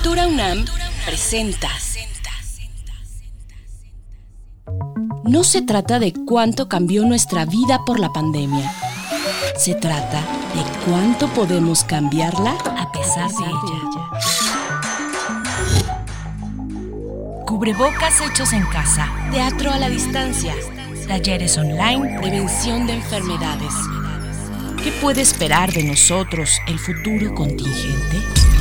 Cultura UNAM presenta. No se trata de cuánto cambió nuestra vida por la pandemia. Se trata de cuánto podemos cambiarla a pesar de ella. Cubrebocas hechos en casa. Teatro a la distancia. Talleres online. Prevención de enfermedades. ¿Qué puede esperar de nosotros el futuro contingente?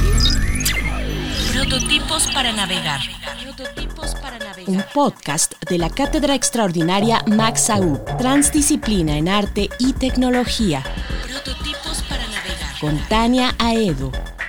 Prototipos para navegar. Un podcast de la Cátedra Extraordinaria Max Aub, Transdisciplina en Arte y Tecnología. Prototipos para navegar. Con Tania Aedo.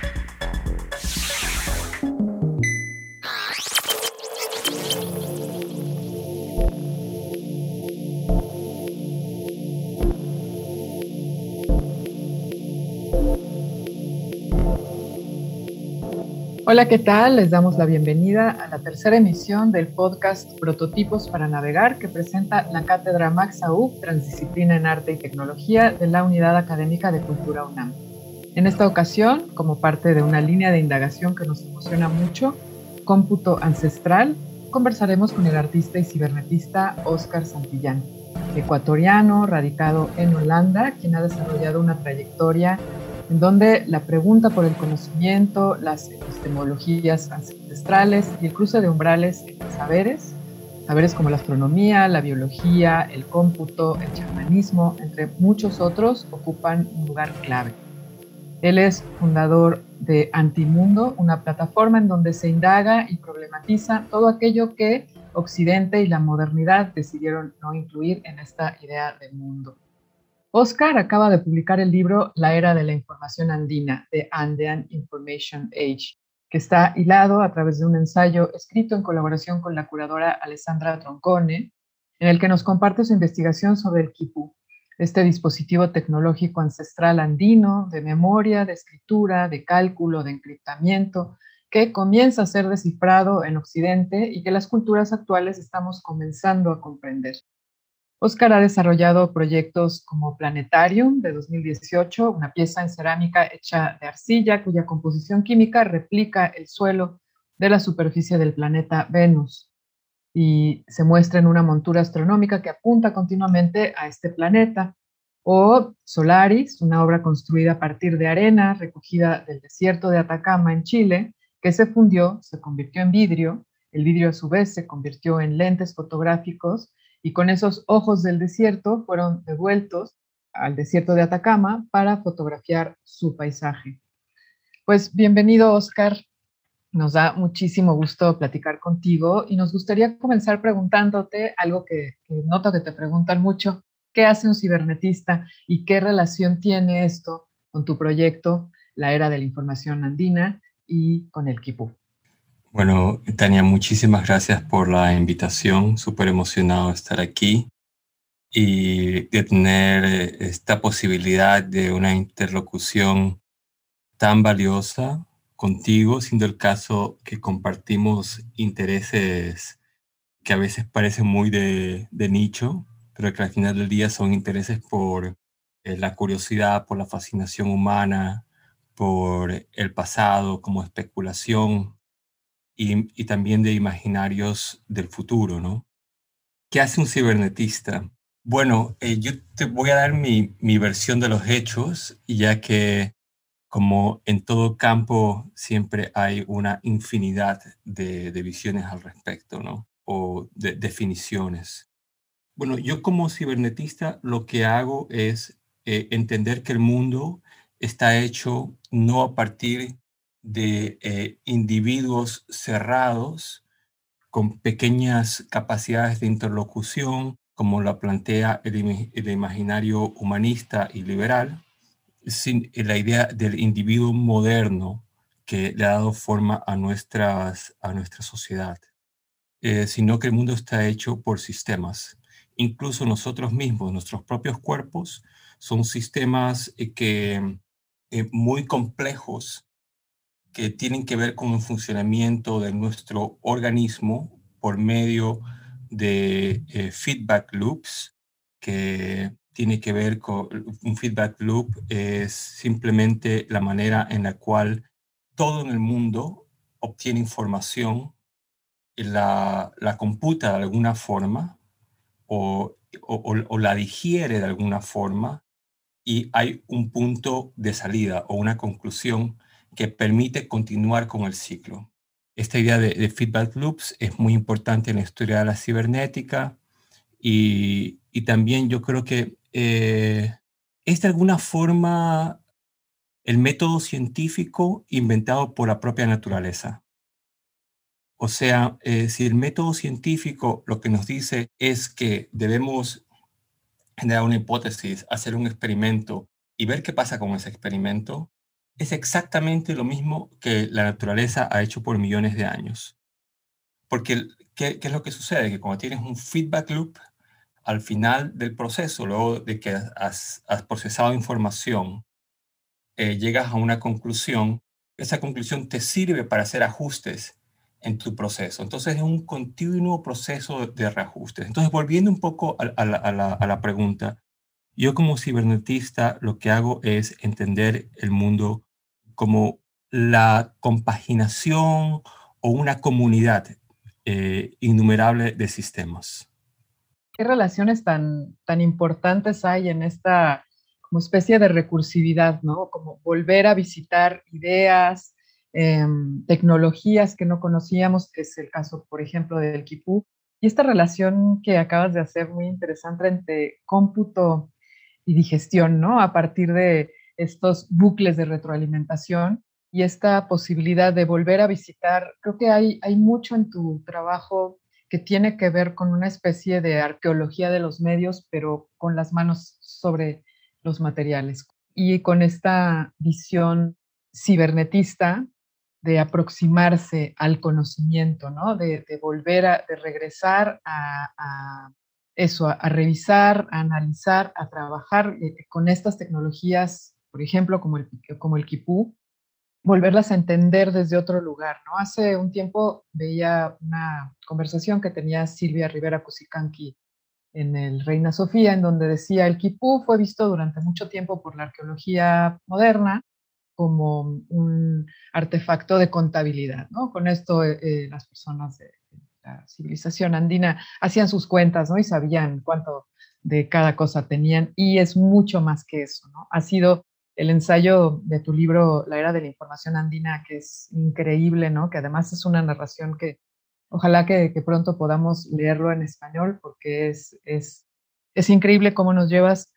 Hola, ¿qué tal? Les damos la bienvenida a la tercera emisión del podcast Prototipos para Navegar que presenta la Cátedra Max Aub, Transdisciplina en Arte y Tecnología de la Unidad Académica de Cultura UNAM. En esta ocasión, como parte de una línea de indagación que nos emociona mucho, Cómputo Ancestral, conversaremos con el artista y cibernetista Óscar Santillán, ecuatoriano, radicado en Holanda, quien ha desarrollado una trayectoria en donde la pregunta por el conocimiento, las epistemologías ancestrales y el cruce de umbrales entre saberes como la astronomía, la biología, el cómputo, el chamanismo, entre muchos otros, ocupan un lugar clave. Él es fundador de Antimundo, una plataforma en donde se indaga y problematiza todo aquello que Occidente y la modernidad decidieron no incluir en esta idea de mundo. Óscar acaba de publicar el libro La Era de la Información Andina, The Andean Information Age, que está hilado a través de un ensayo escrito en colaboración con la curadora Alessandra Troncone, en el que nos comparte su investigación sobre el quipú, este dispositivo tecnológico ancestral andino de memoria, de escritura, de cálculo, de encriptamiento, que comienza a ser descifrado en Occidente y que las culturas actuales estamos comenzando a comprender. Óscar ha desarrollado proyectos como Planetarium de 2018, una pieza en cerámica hecha de arcilla cuya composición química replica el suelo de la superficie del planeta Venus y se muestra en una montura astronómica que apunta continuamente a este planeta. O Solaris, una obra construida a partir de arena recogida del desierto de Atacama en Chile, que se fundió, se convirtió en vidrio, el vidrio a su vez se convirtió en lentes fotográficos y con esos ojos del desierto fueron devueltos al desierto de Atacama para fotografiar su paisaje. Pues bienvenido, Óscar. Nos da muchísimo gusto platicar contigo y nos gustaría comenzar preguntándote algo que noto que te preguntan mucho. ¿Qué hace un cibernetista y qué relación tiene esto con tu proyecto, La Era de la Información Andina, y con el quipú? Bueno, Tania, muchísimas gracias por la invitación. Súper emocionado de estar aquí y de tener esta posibilidad de una interlocución tan valiosa contigo, siendo el caso que compartimos intereses que a veces parecen muy de nicho, pero que al final del día son intereses por la curiosidad, por la fascinación humana, por el pasado como especulación y también de imaginarios del futuro, ¿no? ¿Qué hace un cibernetista? Bueno, yo te voy a dar mi versión de los hechos, ya que como en todo campo siempre hay una infinidad de visiones al respecto, ¿no? O de definiciones. Bueno, yo como cibernetista lo que hago es entender que el mundo está hecho no a partir de individuos cerrados con pequeñas capacidades de interlocución, como la plantea el imaginario humanista y liberal, sin la idea del individuo moderno que le ha dado forma a nuestra sociedad, sino que el mundo está hecho por sistemas. Incluso nosotros mismos, nuestros propios cuerpos, son sistemas muy complejos que tienen que ver con el funcionamiento de nuestro organismo por medio de feedback loops, que tiene que ver con un feedback loop es simplemente la manera en la cual todo en el mundo obtiene información y la computa de alguna forma o la digiere de alguna forma, y hay un punto de salida o una conclusión que permite continuar con el ciclo. Esta idea de feedback loops es muy importante en la historia de la cibernética y también yo creo que es de alguna forma el método científico inventado por la propia naturaleza. O sea, si el método científico lo que nos dice es que debemos generar una hipótesis, hacer un experimento y ver qué pasa con ese experimento, es exactamente lo mismo que la naturaleza ha hecho por millones de años. Porque, ¿qué es lo que sucede? Que cuando tienes un feedback loop, al final del proceso, luego de que has procesado información, llegas a una conclusión, esa conclusión te sirve para hacer ajustes en tu proceso. Entonces es un continuo proceso de reajustes. Entonces, volviendo un poco a la pregunta, yo como cibernetista lo que hago es entender el mundo como la compaginación o una comunidad innumerable de sistemas. ¿Qué relaciones tan importantes hay en esta como especie de recursividad, ¿no? Como volver a visitar ideas, tecnologías que no conocíamos, que es el caso, por ejemplo, del Kipú, y esta relación que acabas de hacer muy interesante entre cómputo y digestión, ¿no? A partir de estos bucles de retroalimentación y esta posibilidad de volver a visitar. Creo que hay mucho en tu trabajo que tiene que ver con una especie de arqueología de los medios, pero con las manos sobre los materiales. Y con esta visión cibernetista de aproximarse al conocimiento, ¿no? De volver de regresar a eso, a revisar, a analizar, a trabajar con estas tecnologías, por ejemplo, como el Kipú, volverlas a entender desde otro lugar, ¿no? Hace un tiempo veía una conversación que tenía Silvia Rivera Cusicanqui en el Reina Sofía, en donde decía, el Kipú fue visto durante mucho tiempo por la arqueología moderna como un artefacto de contabilidad, ¿no? Con esto las personas de la civilización andina hacían sus cuentas, ¿no? Y sabían cuánto de cada cosa tenían, y es mucho más que eso, ¿no? Ha sido el ensayo de tu libro, La Era de la Información Andina, que es increíble, ¿no? Que además es una narración que ojalá que pronto podamos leerlo en español, porque es increíble cómo nos llevas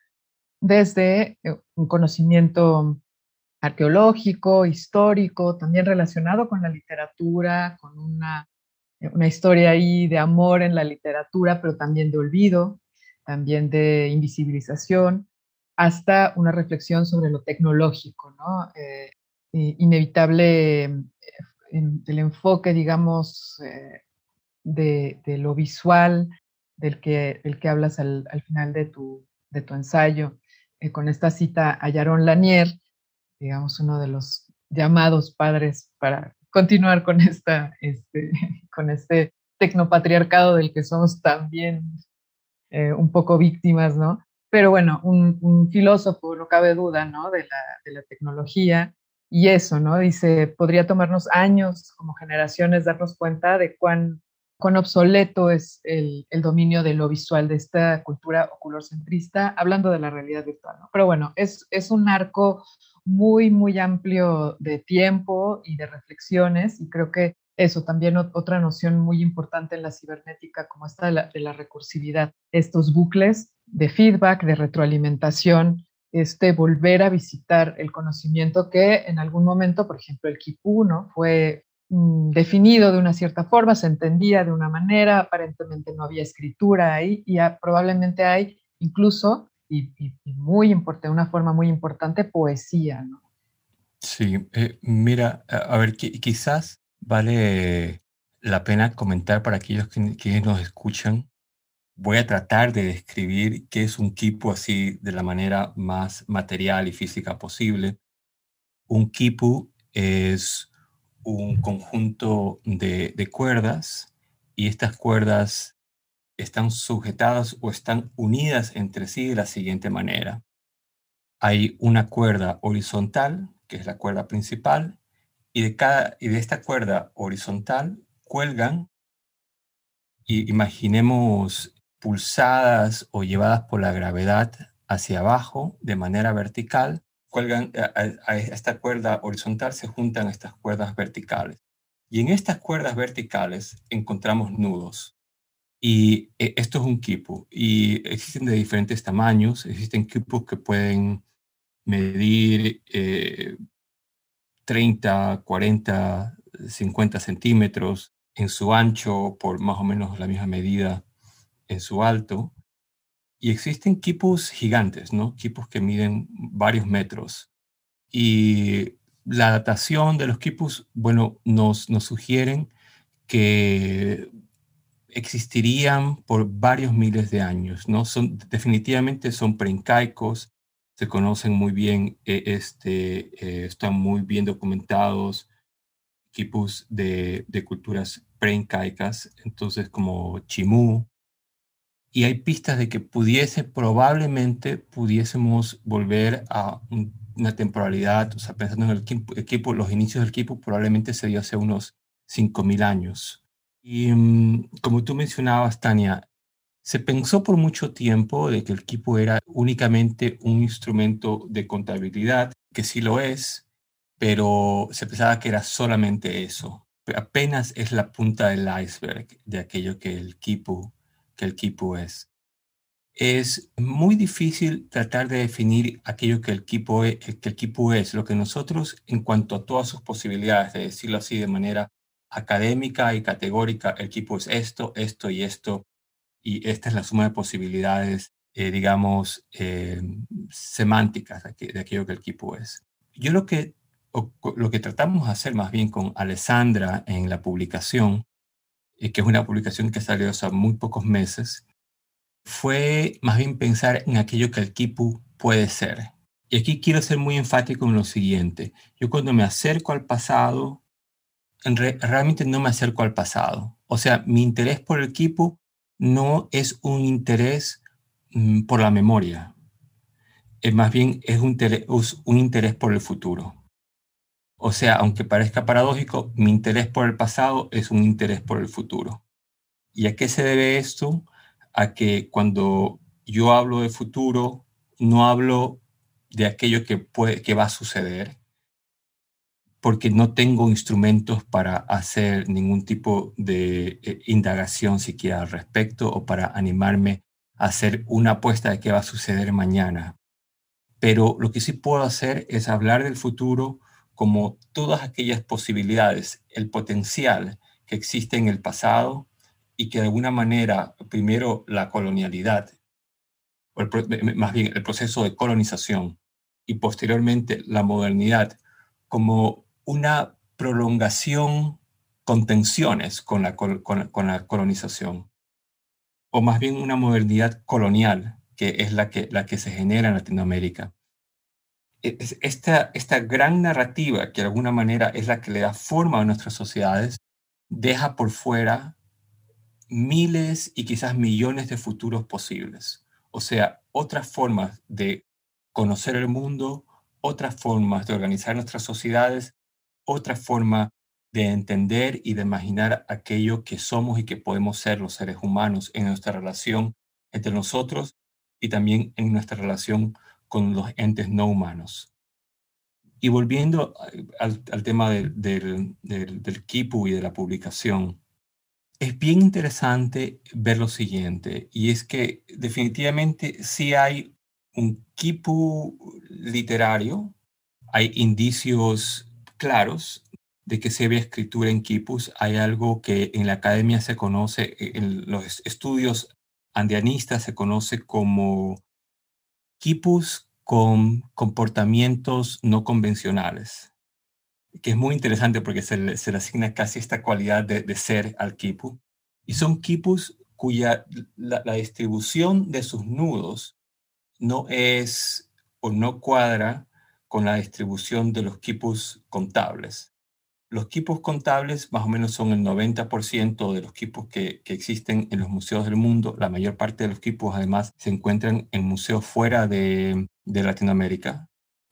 desde un conocimiento arqueológico, histórico, también relacionado con la literatura, con una historia ahí de amor en la literatura, pero también de olvido, también de invisibilización, hasta una reflexión sobre lo tecnológico, ¿no? Inevitable el enfoque, digamos, de lo visual del que hablas al final de tu ensayo, con esta cita a Yaron Lanier, digamos, uno de los llamados padres para continuar con con este tecnopatriarcado del que somos también un poco víctimas, ¿no? Pero bueno, un filósofo, no cabe duda, ¿no? De la tecnología, y eso, ¿no? Dice, podría tomarnos años como generaciones darnos cuenta de cuán obsoleto es el dominio de lo visual de esta cultura oculocentrista, hablando de la realidad virtual, ¿no? Pero bueno, es un arco muy, muy amplio de tiempo y de reflexiones, y creo que eso también otra noción muy importante en la cibernética, como esta de la recursividad, estos bucles de feedback, de retroalimentación, volver a visitar el conocimiento que en algún momento, por ejemplo, el Kipú, ¿no? Fue definido de una cierta forma, se entendía de una manera, aparentemente no había escritura ahí, y probablemente hay incluso, muy importante, una forma muy importante, poesía, ¿no? Sí, mira, a ver, quizás vale la pena comentar para aquellos que nos escuchan. Voy a tratar de describir qué es un quipu así de la manera más material y física posible. Un quipu es un conjunto de cuerdas, y estas cuerdas están sujetadas o están unidas entre sí de la siguiente manera. Hay una cuerda horizontal, que es la cuerda principal, y de esta cuerda horizontal cuelgan, y imaginemos pulsadas o llevadas por la gravedad hacia abajo de manera vertical, cuelgan a esta cuerda horizontal, se juntan estas cuerdas verticales. Y en estas cuerdas verticales encontramos nudos. Y esto es un quipu. Y existen de diferentes tamaños. Existen quipus que pueden medir 30, 40, 50 centímetros en su ancho, por más o menos la misma medida en su alto. Y existen quipus gigantes, ¿no? Quipus que miden varios metros. Y la datación de los quipus, bueno, nos sugieren que existirían por varios miles de años, ¿no? Definitivamente son preincaicos, se conocen muy bien, están muy bien documentados, quipus de culturas preincaicas, entonces como Chimú, y hay pistas de que probablemente pudiésemos volver a una temporalidad, o sea, pensando en el quipu, los inicios del quipu probablemente se dio hace unos 5.000 años. Y como tú mencionabas, Tania, se pensó por mucho tiempo de que el quipu era únicamente un instrumento de contabilidad, que sí lo es, pero se pensaba que era solamente eso. Pero apenas es la punta del iceberg de aquello que el quipu es. Es muy difícil tratar de definir aquello que el quipu es, lo que nosotros, en cuanto a todas sus posibilidades, de decirlo así de manera académica y categórica, el quipu es esto, esto y esto, y esta es la suma de posibilidades, digamos, semánticas de aquello que el quipu es. Yo lo que tratamos de hacer más bien con Alessandra en la publicación, que es una publicación que salió hace muy pocos meses, fue más bien pensar en aquello que el quipu puede ser. Y aquí quiero ser muy enfático en lo siguiente. Yo cuando me acerco al pasado, realmente no me acerco al pasado. O sea, mi interés por el quipu no es un interés por la memoria. Más bien es un interés por el futuro. O sea, aunque parezca paradójico, mi interés por el pasado es un interés por el futuro. ¿Y a qué se debe esto? A que cuando yo hablo de futuro, no hablo de aquello que va a suceder, porque no tengo instrumentos para hacer ningún tipo de indagación siquiera al respecto o para animarme a hacer una apuesta de qué va a suceder mañana. Pero lo que sí puedo hacer es hablar del futuro como todas aquellas posibilidades, el potencial que existe en el pasado y que de alguna manera, primero la colonialidad, más bien el proceso de colonización y posteriormente la modernidad como una prolongación con tensiones con la colonización, o más bien una modernidad colonial, que es la que se genera en Latinoamérica. Esta gran narrativa, que de alguna manera es la que le da forma a nuestras sociedades, deja por fuera miles y quizás millones de futuros posibles. O sea, otras formas de conocer el mundo, otras formas de organizar nuestras sociedades, otra forma de entender y de imaginar aquello que somos y que podemos ser los seres humanos en nuestra relación entre nosotros y también en nuestra relación con los entes no humanos. Y volviendo al tema del quipu y de la publicación, es bien interesante ver lo siguiente, y es que definitivamente sí hay un quipu literario, hay indicios claros de que se ve escritura en quipus, hay algo que en la academia se conoce, en los estudios andianistas se conoce como quipus con comportamientos no convencionales, que es muy interesante porque se le asigna casi esta cualidad de ser al quipu. Y son quipus cuya la distribución de sus nudos no es o no cuadra con la distribución de los quipus contables. Los quipus contables más o menos son el 90% de los quipus que existen en los museos del mundo. La mayor parte de los quipus además se encuentran en museos fuera de Latinoamérica.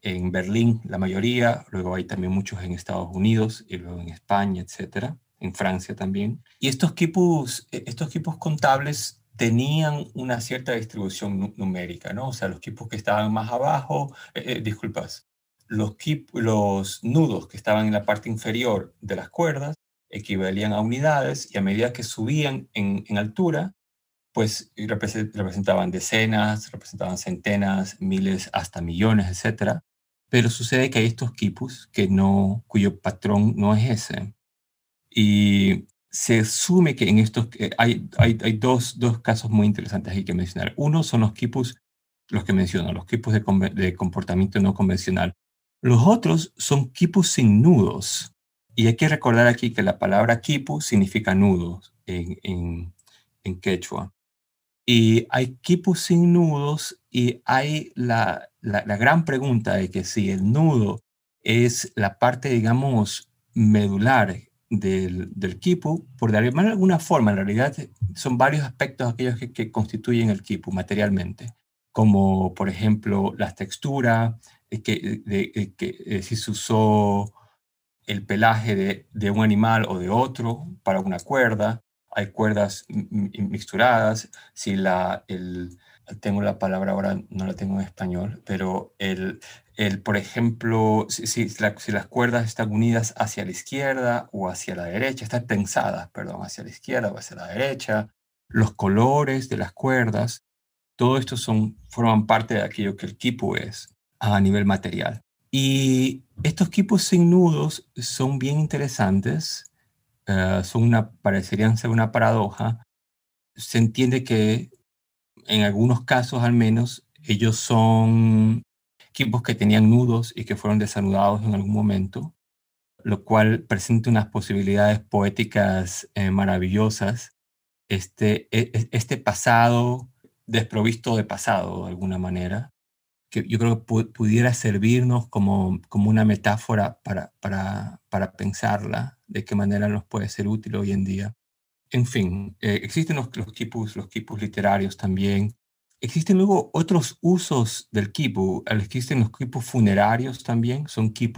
en Berlín, la mayoría, luego hay también muchos en Estados Unidos y luego en España, etcétera, en Francia también. Y estos quipus contables tenían una cierta distribución numérica, ¿no? O sea, los quipus que estaban más abajo, disculpas, los nudos que estaban en la parte inferior de las cuerdas equivalían a unidades, y a medida que subían en altura, pues representaban decenas, representaban centenas, miles, hasta millones, etcétera. Pero sucede que hay estos quipus cuyo patrón no es ese. Y se asume que en estos hay dos casos muy interesantes que hay que mencionar. Uno son los quipus, los que menciono, los quipus de comportamiento no convencional. Los otros son quipus sin nudos. Y hay que recordar aquí que la palabra quipu significa nudos en quechua. Y hay quipus sin nudos, y hay la gran pregunta de que si el nudo es la parte, digamos, medular del quipu, por de alguna forma, en realidad son varios aspectos aquellos que constituyen el quipu materialmente, como por ejemplo la textura, si se usó el pelaje de un animal o de otro para una cuerda. Hay cuerdas mixturadas. Tengo la palabra ahora, no la tengo en español, pero por ejemplo, si las cuerdas están unidas hacia la izquierda o hacia la derecha, están tensadas, perdón, hacia la izquierda o hacia la derecha, los colores de las cuerdas, todo esto forman parte de aquello que el quipu es a nivel material. Y estos quipus sin nudos son bien interesantes, parecerían ser una paradoja. Se entiende que en algunos casos al menos ellos son quipus que tenían nudos y que fueron desanudados en algún momento, lo cual presenta unas posibilidades poéticas maravillosas. Este pasado desprovisto de pasado, de alguna manera, que yo creo que pudiera servirnos como una metáfora para pensarla, de qué manera nos puede ser útil hoy en día. En fin, existen los quipus literarios también. Existen luego otros usos del quipu. Existen los quipus funerarios también.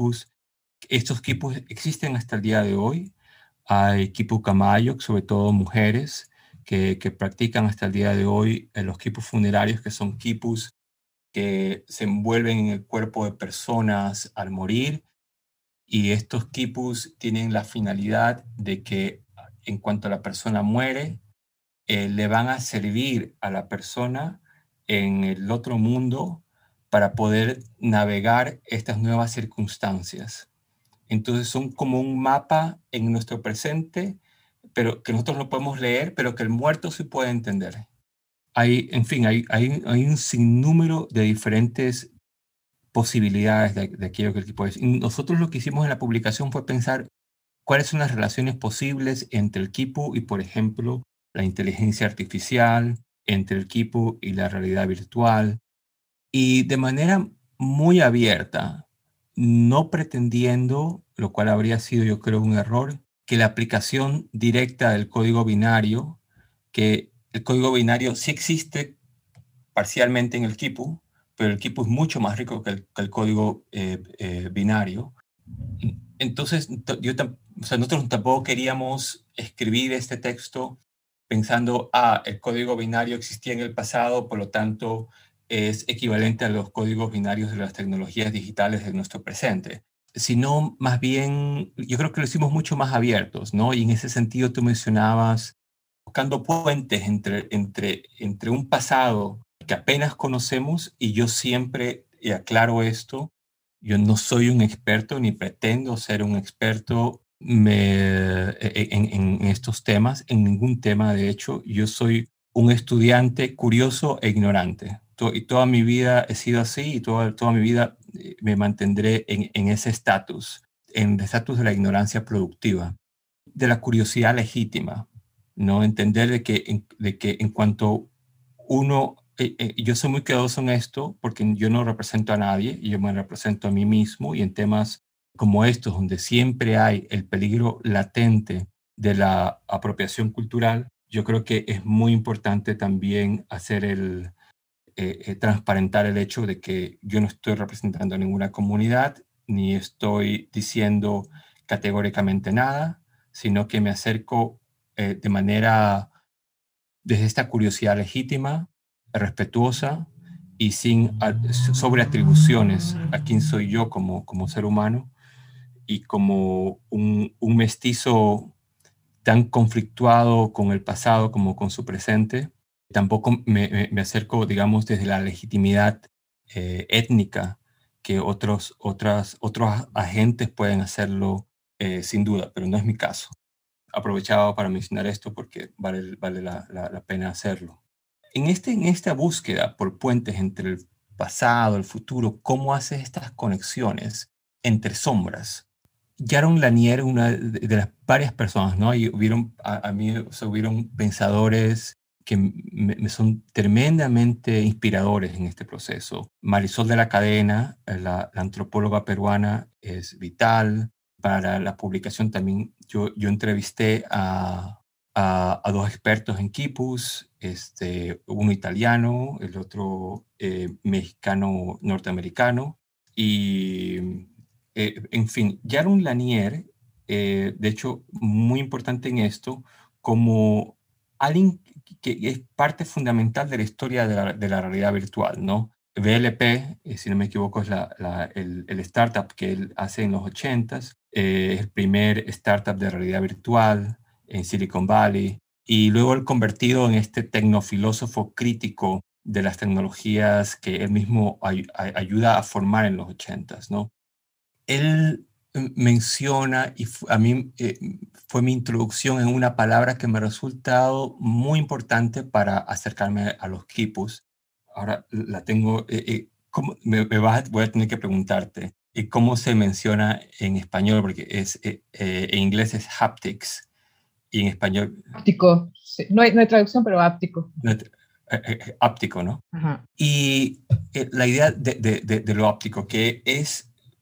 Estos quipus existen hasta el día de hoy. Hay quipu camayo, sobre todo mujeres, que practican hasta el día de hoy los quipus funerarios, que son quipus que se envuelven en el cuerpo de personas al morir, y estos quipus tienen la finalidad de que en cuanto la persona muere, le van a servir a la persona en el otro mundo para poder navegar estas nuevas circunstancias. Entonces son como un mapa en nuestro presente, pero que nosotros no podemos leer, pero que el muerto sí puede entender. Hay un sinnúmero de diferentes posibilidades de aquello que el quipu es. Y nosotros lo que hicimos en la publicación fue pensar cuáles son las relaciones posibles entre el quipu y, por ejemplo, la inteligencia artificial, entre el quipu y la realidad virtual, y de manera muy abierta, no pretendiendo, lo cual habría sido, yo creo, un error, que la aplicación directa del código binario, que el código binario sí existe parcialmente en el quipu, pero el quipu es mucho más rico que el código binario. Entonces, nosotros tampoco queríamos escribir este texto pensando, el código binario existía en el pasado, por lo tanto es equivalente a los códigos binarios de las tecnologías digitales de nuestro presente, sino más bien, yo creo que lo hicimos mucho más abiertos, ¿no? Y en ese sentido tú mencionabas buscando puentes entre un pasado que apenas conocemos, y yo siempre, y aclaro esto, yo no soy un experto ni pretendo ser un experto en estos temas, en ningún tema. De hecho, yo soy un estudiante curioso e ignorante. Y toda mi vida he sido así, y toda mi vida me mantendré en ese estatus, en el estatus de la ignorancia productiva, de la curiosidad legítima, ¿no? Entender de que en cuanto uno, yo soy muy cuidadoso en esto porque yo no represento a nadie, yo me represento a mí mismo, y en temas como estos, donde siempre hay el peligro latente de la apropiación cultural, yo creo que es muy importante también hacer transparentar el hecho de que yo no estoy representando a ninguna comunidad, ni estoy diciendo categóricamente nada, sino que me acerco de manera, desde esta curiosidad legítima, respetuosa y sin sobreatribuciones a quién soy yo como ser humano y como un mestizo tan conflictuado con el pasado como con su presente. Tampoco me acerco, digamos, desde la legitimidad étnica que otros agentes pueden hacerlo sin duda, pero no es mi caso. Aprovechaba para mencionar esto porque vale la pena hacerlo. En esta búsqueda por puentes entre el pasado, el futuro, ¿cómo haces estas conexiones entre sombras? Jaron Lanier, una de las varias personas, ¿no? Y a mí hubieron pensadores que me son tremendamente inspiradores en este proceso. Marisol de la Cadena, la antropóloga peruana, es vital. Para la publicación también yo entrevisté a dos expertos en quipus, uno italiano, el otro mexicano norteamericano, y en fin, Jaron Lanier, de hecho, muy importante en esto, como alguien que es parte fundamental de la historia de la realidad virtual, ¿no? VLP, si no me equivoco, es el startup que él hace en los 80s, es el primer startup de realidad virtual en Silicon Valley, y luego él convertido en este tecnofilósofo crítico de las tecnologías que él mismo ayuda a formar en los 80s, ¿no? Él menciona, y a mí fue mi introducción en una palabra que me ha resultado muy importante para acercarme a los quipus. Ahora la tengo, voy a tener que preguntarte, ¿cómo se menciona en español? Porque en inglés es haptics, y en español... Áptico, sí. No hay traducción, pero áptico. Áptico, ¿no? Ajá. Y la idea de lo áptico, que es...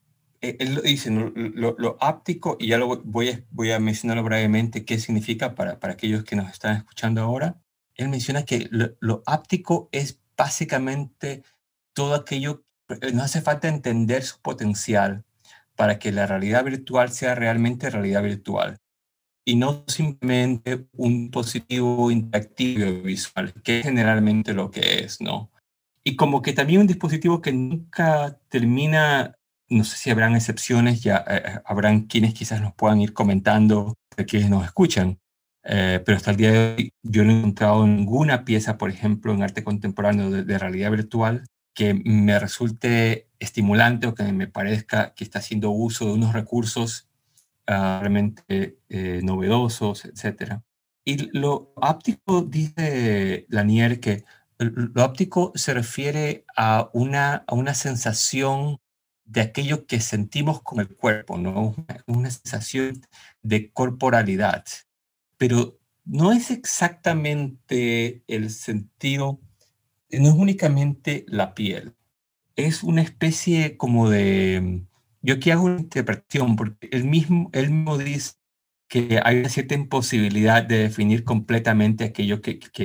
Él dice, ¿no? Lo áptico, y ya voy a mencionarlo brevemente, qué significa para aquellos que nos están escuchando ahora. Él menciona que lo áptico es básicamente todo aquello, no hace falta entender su potencial para que la realidad virtual sea realmente realidad virtual y no simplemente un dispositivo interactivo visual, que es generalmente lo que es, ¿no? Y como que también un dispositivo que nunca termina, no sé si habrán excepciones, ya habrán quienes quizás nos puedan ir comentando, de quienes nos escuchan, pero hasta el día de hoy yo no he encontrado ninguna pieza, por ejemplo, en arte contemporáneo de realidad virtual que me resulte estimulante o que me parezca que está haciendo uso de unos recursos realmente novedosos, etc. Y lo áptico, dice Lanier, que lo óptico se refiere a una sensación de aquello que sentimos con el cuerpo, ¿no? Una sensación de corporalidad. Pero no es exactamente el sentido, no es únicamente la piel. Es una especie como de... Yo aquí hago una interpretación, porque él mismo dice que hay una cierta imposibilidad de definir completamente aquello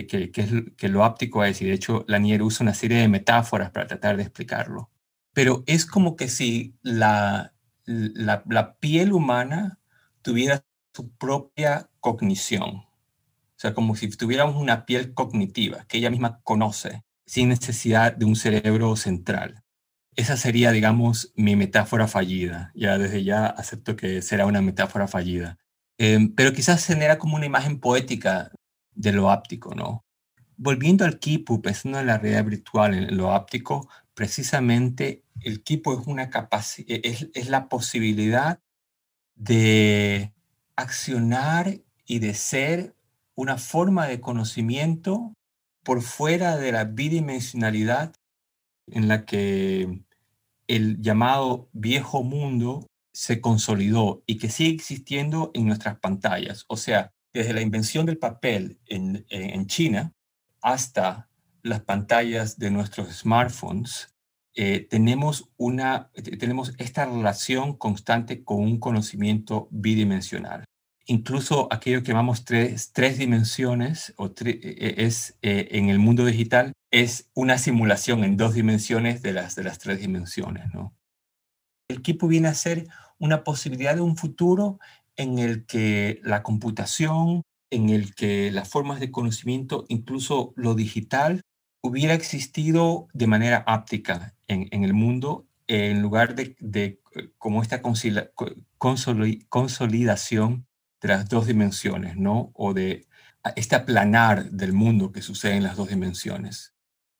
que lo áptico es, y de hecho Lanier usa una serie de metáforas para tratar de explicarlo. Pero es como que si la piel humana tuviera su propia cognición, o sea, como si tuviéramos una piel cognitiva que ella misma conoce, sin necesidad de un cerebro central. Esa sería, digamos, mi metáfora fallida. Ya desde ya acepto que será una metáfora fallida. Pero quizás genera como una imagen poética de lo áptico, ¿no? Volviendo al quipu, pensando en la realidad virtual, en lo áptico, precisamente el quipu es la posibilidad de accionar y de ser una forma de conocimiento por fuera de la bidimensionalidad en la que el llamado viejo mundo se consolidó y que sigue existiendo en nuestras pantallas. O sea, desde la invención del papel en China hasta las pantallas de nuestros smartphones, tenemos esta relación constante con un conocimiento bidimensional. incluso aquello que llamamos tres dimensiones, en el mundo digital, es una simulación en 2 dimensiones de las 3 dimensiones, ¿no? El Kipu viene a ser una posibilidad de un futuro en el que la computación, en el que las formas de conocimiento, incluso lo digital, hubiera existido de manera áptica en el mundo, en lugar de como esta consolidación de las 2 dimensiones, ¿no? O de este aplanar del mundo que sucede en las 2 dimensiones.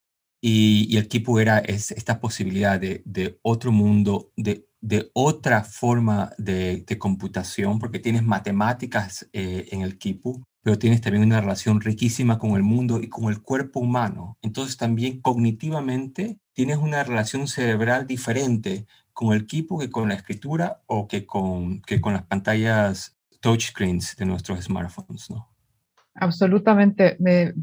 Y el Kipu es esta posibilidad de otro mundo, de otra forma de computación, porque tienes matemáticas en el Kipu, pero tienes también una relación riquísima con el mundo y con el cuerpo humano. Entonces también cognitivamente tienes una relación cerebral diferente con el Kipu que con la escritura o que con las pantallas touchscreens de nuestros smartphones, ¿no? Absolutamente.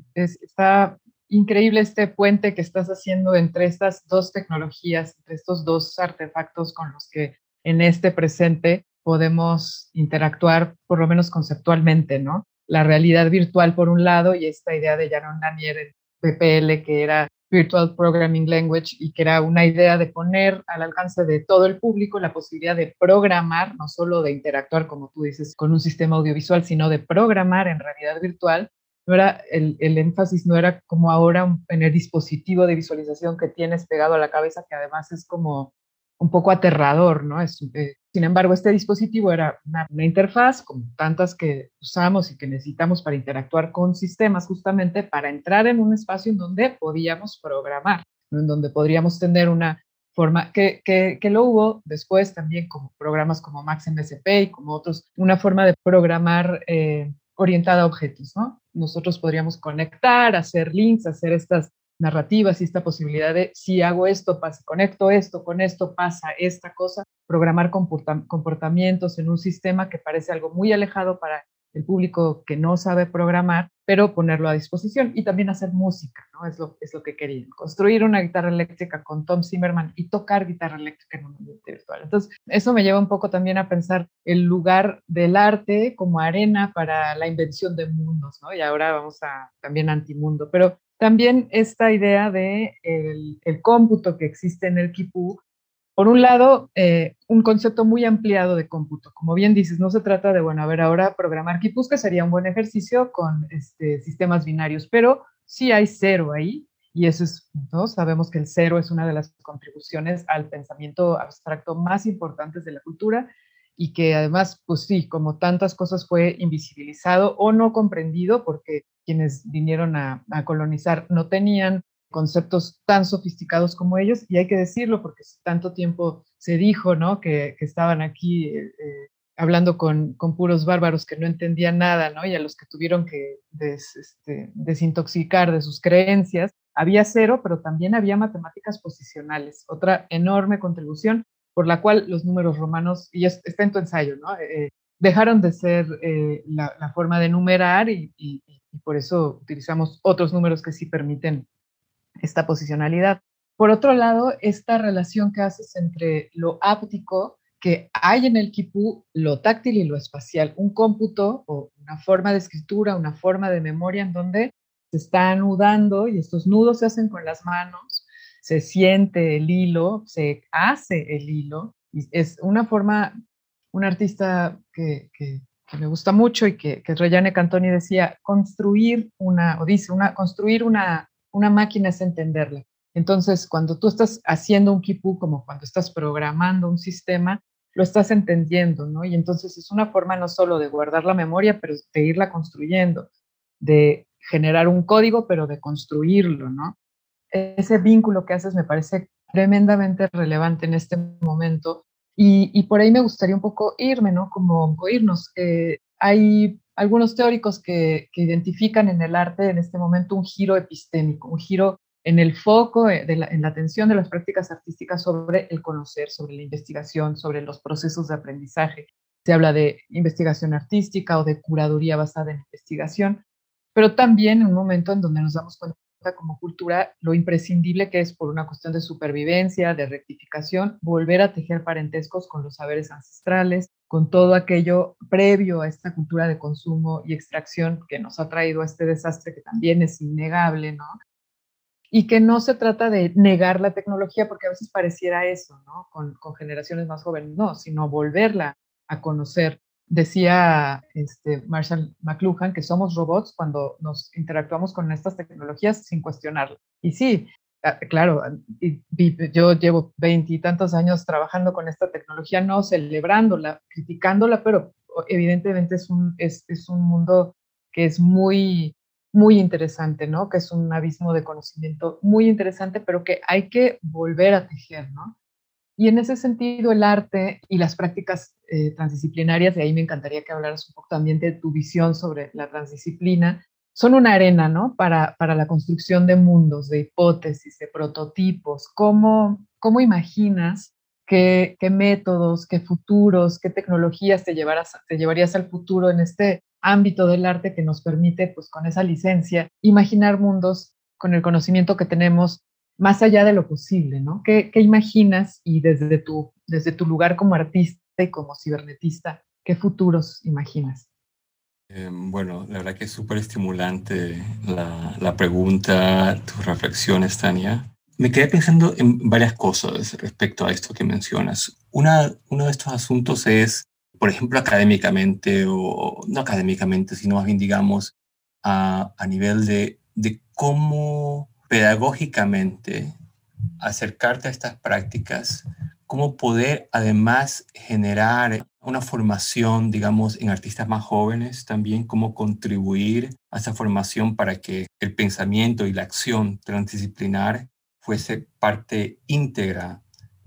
Está increíble este puente que estás haciendo entre estas dos tecnologías, entre estos dos artefactos con los que en este presente podemos interactuar, por lo menos conceptualmente, ¿no? La realidad virtual por un lado y esta idea de Jaron Lanier en PPL, que era Virtual Programming Language, y que era una idea de poner al alcance de todo el público la posibilidad de programar, no solo de interactuar, como tú dices, con un sistema audiovisual, sino de programar en realidad virtual. No era el énfasis no era como ahora en el dispositivo de visualización que tienes pegado a la cabeza, que además es como un poco aterrador, ¿no? Sin embargo, este dispositivo era una interfaz, como tantas que usamos y que necesitamos para interactuar con sistemas, justamente para entrar en un espacio en donde podíamos programar, ¿no? En donde podríamos tener una forma que lo hubo después también como programas como MaxMSP y como otros, una forma de programar orientada a objetos, ¿no? Nosotros podríamos conectar, hacer links, hacer estas narrativas y esta posibilidad de si hago esto, pasa, conecto esto, con esto pasa esta cosa, programar comportamientos en un sistema que parece algo muy alejado para el público que no sabe programar, pero ponerlo a disposición y también hacer música, ¿no? Es lo que querían, construir una guitarra eléctrica con Tom Zimmerman y tocar guitarra eléctrica en un ambiente virtual. Entonces, eso me lleva un poco también a pensar el lugar del arte como arena para la invención de mundos, ¿no? Y ahora vamos a también antimundo, pero también esta idea de el cómputo que existe en el Kipu. Por un lado, un concepto muy ampliado de cómputo. Como bien dices, no se trata de, bueno, a ver, ahora programar quipus, que sería un buen ejercicio con sistemas binarios, pero sí hay cero ahí, y eso es, ¿no? Sabemos que el cero es una de las contribuciones al pensamiento abstracto más importantes de la cultura, y que además, pues sí, como tantas cosas fue invisibilizado o no comprendido, porque quienes vinieron a colonizar no tenían conceptos tan sofisticados como ellos, y hay que decirlo porque tanto tiempo se dijo, ¿no? Que estaban aquí hablando con puros bárbaros que no entendían nada, ¿no? Y a los que tuvieron que desintoxicar de sus creencias. Había cero, pero también había matemáticas posicionales, otra enorme contribución por la cual los números romanos, y está en tu ensayo, ¿no? Dejaron de ser la forma de numerar y por eso utilizamos otros números que sí permiten esta posicionalidad. Por otro lado, esta relación que haces entre lo áptico que hay en el Kipu, lo táctil y lo espacial, un cómputo o una forma de escritura, una forma de memoria en donde se está anudando y estos nudos se hacen con las manos, se siente el hilo, se hace el hilo, y es una forma, un artista que me gusta mucho y que Rejane Cantoni decía, construir una máquina es entenderla. Entonces, cuando tú estás haciendo un Kipu, como cuando estás programando un sistema, lo estás entendiendo, ¿no? Y entonces es una forma no solo de guardar la memoria, pero de irla construyendo, de generar un código, pero de construirlo, ¿no? Ese vínculo que haces me parece tremendamente relevante en este momento. Y por ahí me gustaría un poco irme, ¿no? Como irnos. Hay algunos teóricos que identifican en el arte en este momento un giro epistémico, un giro en el foco, en la atención de las prácticas artísticas sobre el conocer, sobre la investigación, sobre los procesos de aprendizaje. Se habla de investigación artística o de curaduría basada en investigación, pero también en un momento en donde nos damos cuenta como cultura lo imprescindible que es, por una cuestión de supervivencia, de rectificación, volver a tejer parentescos con los saberes ancestrales, con todo aquello previo a esta cultura de consumo y extracción que nos ha traído a este desastre que también es innegable, ¿no? Y que no se trata de negar la tecnología, porque a veces pareciera eso, ¿no? Con generaciones más jóvenes, no, sino volverla a conocer. Decía Marshall McLuhan que somos robots cuando nos interactuamos con estas tecnologías sin cuestionarlas. Y sí, claro, yo llevo 20 y tantos años trabajando con esta tecnología, no celebrándola, criticándola, pero evidentemente es un mundo que es muy muy interesante, ¿no? Que es un abismo de conocimiento muy interesante, pero que hay que volver a tejer, ¿no? Y en ese sentido, el arte y las prácticas transdisciplinarias, y ahí me encantaría que hablaras un poco también de tu visión sobre la transdisciplina, son una arena, ¿no? Para la construcción de mundos, de hipótesis, de prototipos. ¿Cómo imaginas qué métodos, qué futuros, qué tecnologías te llevarías al futuro en este ámbito del arte que nos permite, pues con esa licencia, imaginar mundos con el conocimiento que tenemos más allá de lo posible, ¿no? ¿Qué imaginas y desde tu lugar como artista y como cibernetista, qué futuros imaginas? Bueno, la verdad que es súper estimulante la pregunta, tus reflexiones, Tania. Me quedé pensando en varias cosas respecto a esto que mencionas. Uno de estos asuntos es, por ejemplo, académicamente, o no académicamente, sino más bien, digamos, a nivel de cómo pedagógicamente acercarte a estas prácticas, cómo poder además generar una formación, digamos, en artistas más jóvenes también, cómo contribuir a esa formación para que el pensamiento y la acción transdisciplinar fuese parte íntegra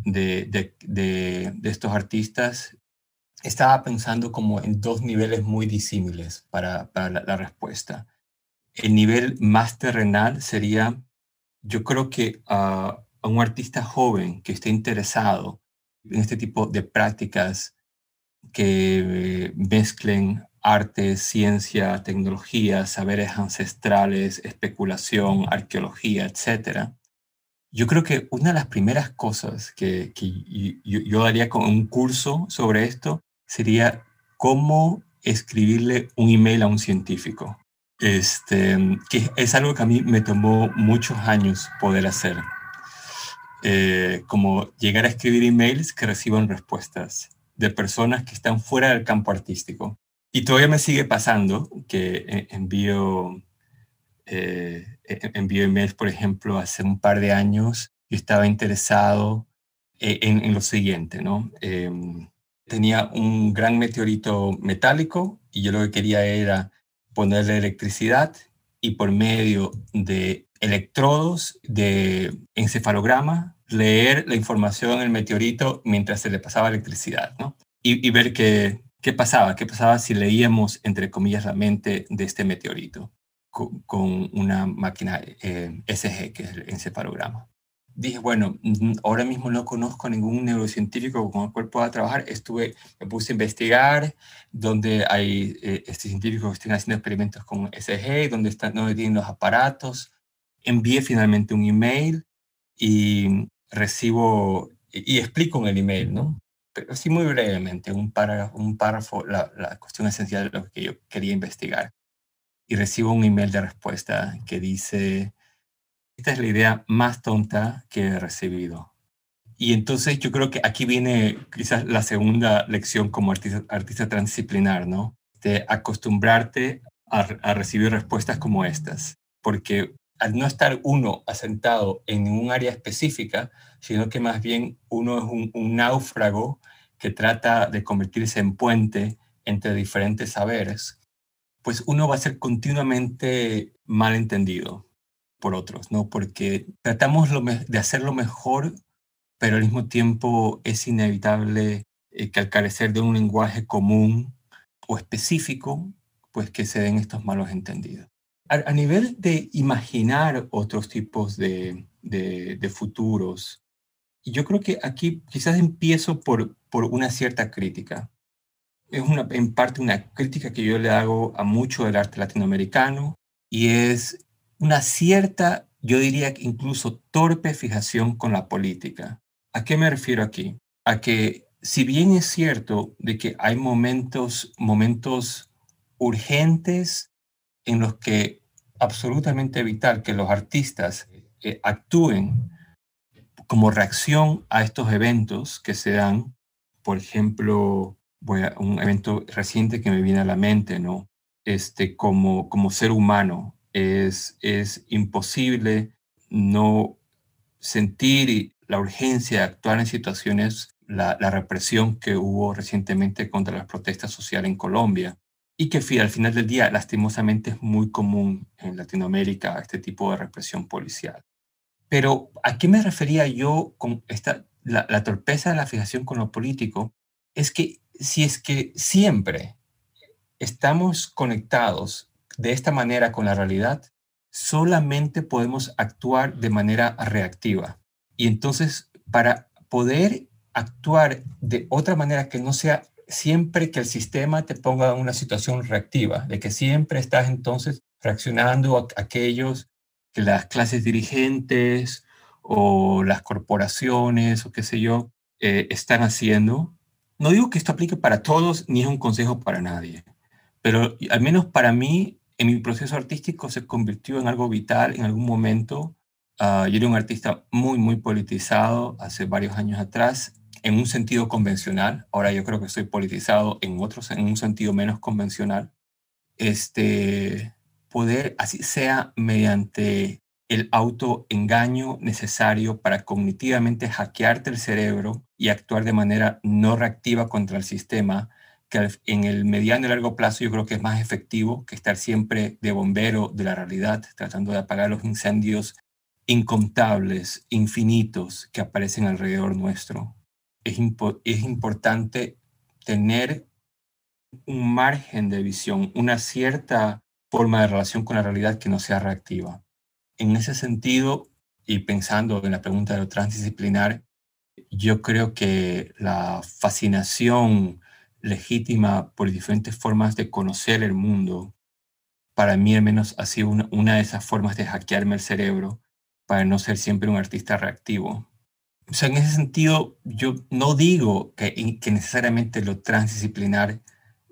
de estos artistas. Estaba pensando como en dos niveles muy disímiles para la respuesta. El nivel más terrenal sería, yo creo que a un artista joven que esté interesado en este tipo de prácticas que mezclen arte, ciencia, tecnología, saberes ancestrales, especulación, arqueología, etcétera. Yo creo que una de las primeras cosas que yo daría con un curso sobre esto sería cómo escribirle un email a un científico. Que es algo que a mí me tomó muchos años poder hacer. Como llegar a escribir emails que reciban respuestas de personas que están fuera del campo artístico. Y todavía me sigue pasando que envío emails, por ejemplo, hace un par de años. Yo estaba interesado en lo siguiente, ¿no? Tenía un gran meteorito metálico y yo lo que quería era ponerle electricidad y por medio de electrodos de encefalograma leer la información del meteorito mientras se le pasaba electricidad, ¿no? Y ver qué pasaba si leíamos, entre comillas, la mente de este meteorito con una máquina SG, que es el encefalograma. Dije, bueno, ahora mismo no conozco ningún neurocientífico con el cual pueda trabajar. Me puse a investigar donde hay científicos que estén haciendo experimentos con SG, donde tienen los aparatos. Envié finalmente un email y explico en el email, ¿no? Pero sí muy brevemente, un párrafo, la cuestión esencial de lo que yo quería investigar. Y recibo un email de respuesta que dice: esta es la idea más tonta que he recibido. Y entonces yo creo que aquí viene quizás la segunda lección como artista transdisciplinar, ¿no? De acostumbrarte a recibir respuestas como estas. Porque al no estar uno asentado en ningún área específica, sino que más bien uno es un náufrago que trata de convertirse en puente entre diferentes saberes, pues uno va a ser continuamente malentendido por otros, ¿no? Porque tratamos de hacerlo mejor, pero al mismo tiempo es inevitable que al carecer de un lenguaje común o específico, pues que se den estos malos entendidos. A nivel de imaginar otros tipos de futuros, yo creo que aquí quizás empiezo por una cierta crítica. Es en parte una crítica que yo le hago a mucho del arte latinoamericano y es una cierta, yo diría que incluso torpe fijación con la política. ¿A qué me refiero aquí? A que si bien es cierto de que hay momentos urgentes en los que absolutamente vital que los artistas actúen como reacción a estos eventos que se dan, por ejemplo, un evento reciente que me viene a la mente, ¿no? Como ser humano, es imposible no sentir la urgencia de actuar en situaciones, la represión que hubo recientemente contra las protestas sociales en Colombia, y que al final del día, lastimosamente, es muy común en Latinoamérica este tipo de represión policial. Pero ¿a qué me refería yo con la torpeza de la fijación con lo político? Es que si es que siempre estamos conectados de esta manera con la realidad, solamente podemos actuar de manera reactiva. Y entonces, para poder actuar de otra manera que no sea siempre que el sistema te ponga en una situación reactiva, de que siempre estás entonces reaccionando a aquellos que las clases dirigentes o las corporaciones o qué sé yo están haciendo. No digo que esto aplique para todos ni es un consejo para nadie, pero al menos para mí, en mi proceso artístico se convirtió en algo vital en algún momento. Yo era un artista muy, muy politizado hace varios años atrás, en un sentido convencional. Ahora yo creo que estoy politizado en un sentido menos convencional. Poder, así sea mediante el autoengaño necesario para cognitivamente hackearte el cerebro y actuar de manera no reactiva contra el sistema, que en el mediano y largo plazo yo creo que es más efectivo que estar siempre de bombero de la realidad, tratando de apagar los incendios incontables, infinitos que aparecen alrededor nuestro. Es importante tener un margen de visión, una cierta forma de relación con la realidad que no sea reactiva. En ese sentido, y pensando en la pregunta de lo transdisciplinar, yo creo que la fascinación legítima por diferentes formas de conocer el mundo, para mí al menos ha sido una de esas formas de hackearme el cerebro para no ser siempre un artista reactivo. O sea, en ese sentido, yo no digo que necesariamente lo transdisciplinar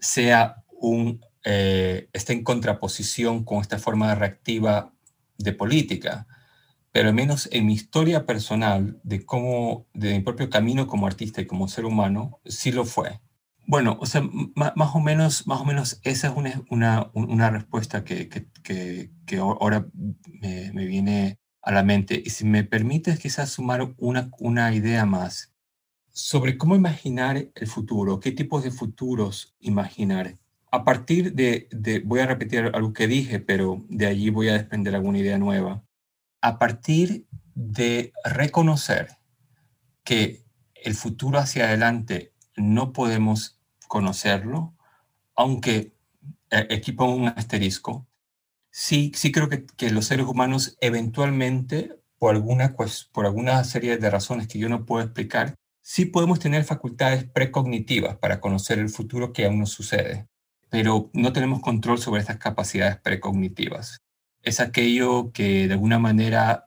esté en contraposición con esta forma reactiva de política, pero al menos en mi historia personal de mi propio camino como artista y como ser humano, sí lo fue. Bueno, o sea, más o menos esa es una respuesta que ahora me viene a la mente. Y si me permites quizás sumar una idea más sobre cómo imaginar el futuro, qué tipos de futuros imaginar. A partir voy a repetir algo que dije, pero de allí voy a desprender alguna idea nueva. A partir de reconocer que el futuro hacia adelante no podemos conocerlo, aunque aquí pongo un asterisco, sí creo que los seres humanos eventualmente, por alguna serie de razones que yo no puedo explicar, sí podemos tener facultades precognitivas para conocer el futuro que aún no sucede, pero no tenemos control sobre estas capacidades precognitivas. Es aquello que de alguna manera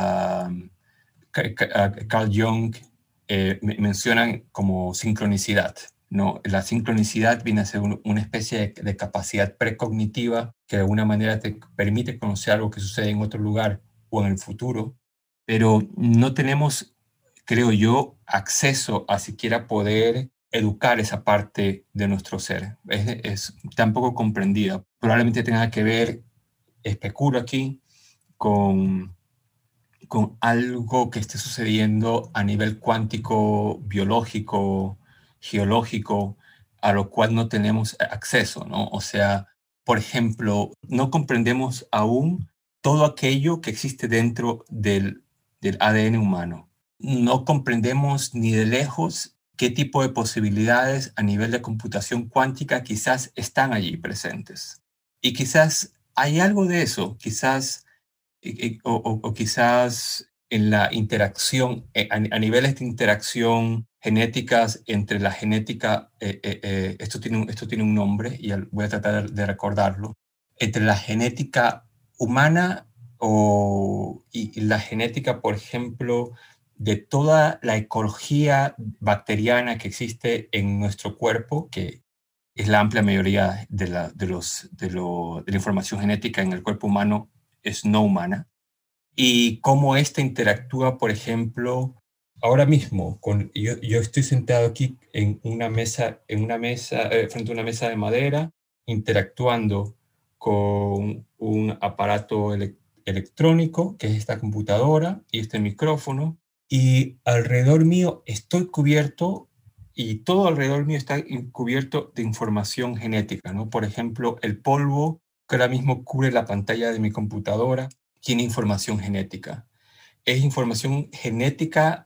Carl Jung mencionan como sincronicidad. ¿No? La sincronicidad viene a ser una especie de capacidad precognitiva que de alguna manera te permite conocer algo que sucede en otro lugar o en el futuro, pero no tenemos, creo yo, acceso a siquiera poder educar esa parte de nuestro ser. Es tan poco comprendida. Probablemente tenga que ver, especulo aquí, con algo que esté sucediendo a nivel cuántico, biológico, geológico, a lo cual no tenemos acceso, ¿no? O sea, por ejemplo, no comprendemos aún todo aquello que existe dentro del ADN humano. No comprendemos ni de lejos qué tipo de posibilidades a nivel de computación cuántica quizás están allí presentes. Y quizás hay algo de eso, quizás o quizás en la interacción, a niveles de interacción genéticas entre la genética, esto tiene un nombre y voy a tratar de recordarlo, entre la genética humana y la genética, por ejemplo, de toda la ecología bacteriana que existe en nuestro cuerpo, que es la amplia mayoría de la información genética en el cuerpo humano, es no humana, y cómo ésta interactúa, por ejemplo, ahora mismo, yo estoy sentado aquí en una mesa, frente a una mesa de madera, interactuando con un aparato electrónico, que es esta computadora y este micrófono, y alrededor mío estoy cubierto, y todo alrededor mío está cubierto de información genética, ¿no? Por ejemplo, el polvo que ahora mismo cubre la pantalla de mi computadora tiene información genética. Es información genética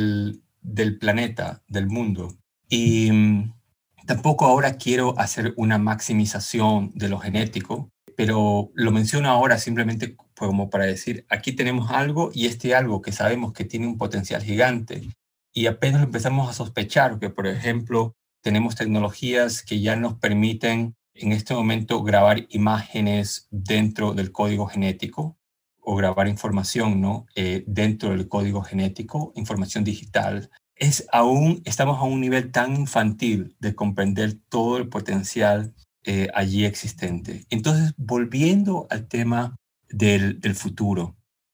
del planeta, del mundo. Y tampoco ahora quiero hacer una maximización de lo genético, pero lo menciono ahora simplemente como para decir, aquí tenemos algo, y este algo que sabemos que tiene un potencial gigante, y apenas empezamos a sospechar que, por ejemplo, tenemos tecnologías que ya nos permiten en este momento grabar imágenes dentro del código genético, o grabar información, ¿no? Dentro del código genético, información digital. Estamos a un nivel tan infantil de comprender todo el potencial allí existente. Entonces, volviendo al tema del futuro,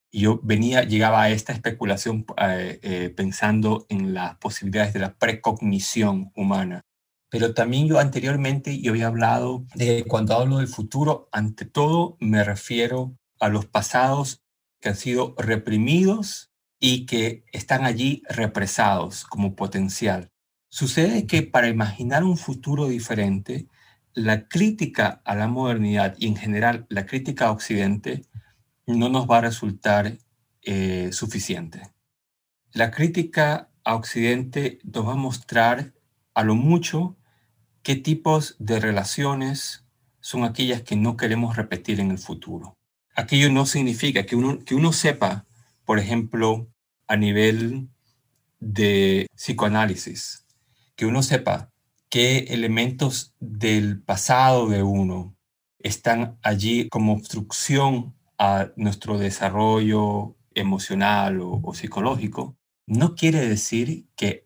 llegaba a esta especulación pensando en las posibilidades de la precognición humana. Pero también anteriormente había hablado de que cuando hablo del futuro, ante todo me refiero a los pasados que han sido reprimidos y que están allí represados como potencial. Sucede que para imaginar un futuro diferente, la crítica a la modernidad y en general la crítica a Occidente no nos va a resultar suficiente. La crítica a Occidente nos va a mostrar a lo mucho qué tipos de relaciones son aquellas que no queremos repetir en el futuro. Aquello no significa que uno sepa, por ejemplo, a nivel de psicoanálisis, que uno sepa qué elementos del pasado de uno están allí como obstrucción a nuestro desarrollo emocional o psicológico, no quiere decir que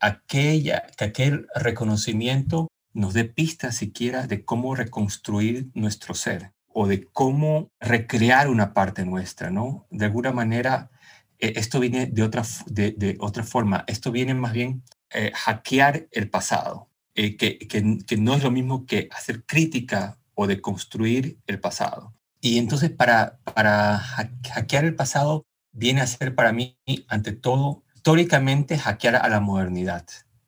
aquel reconocimiento nos dé pistas siquiera de cómo reconstruir nuestro ser o de cómo recrear una parte nuestra, ¿no? De alguna manera, esto viene de otra forma. Esto viene más bien hackear el pasado, que no es lo mismo que hacer crítica o de construir el pasado. Y entonces para hackear el pasado viene a ser para mí, ante todo, históricamente hackear a la modernidad.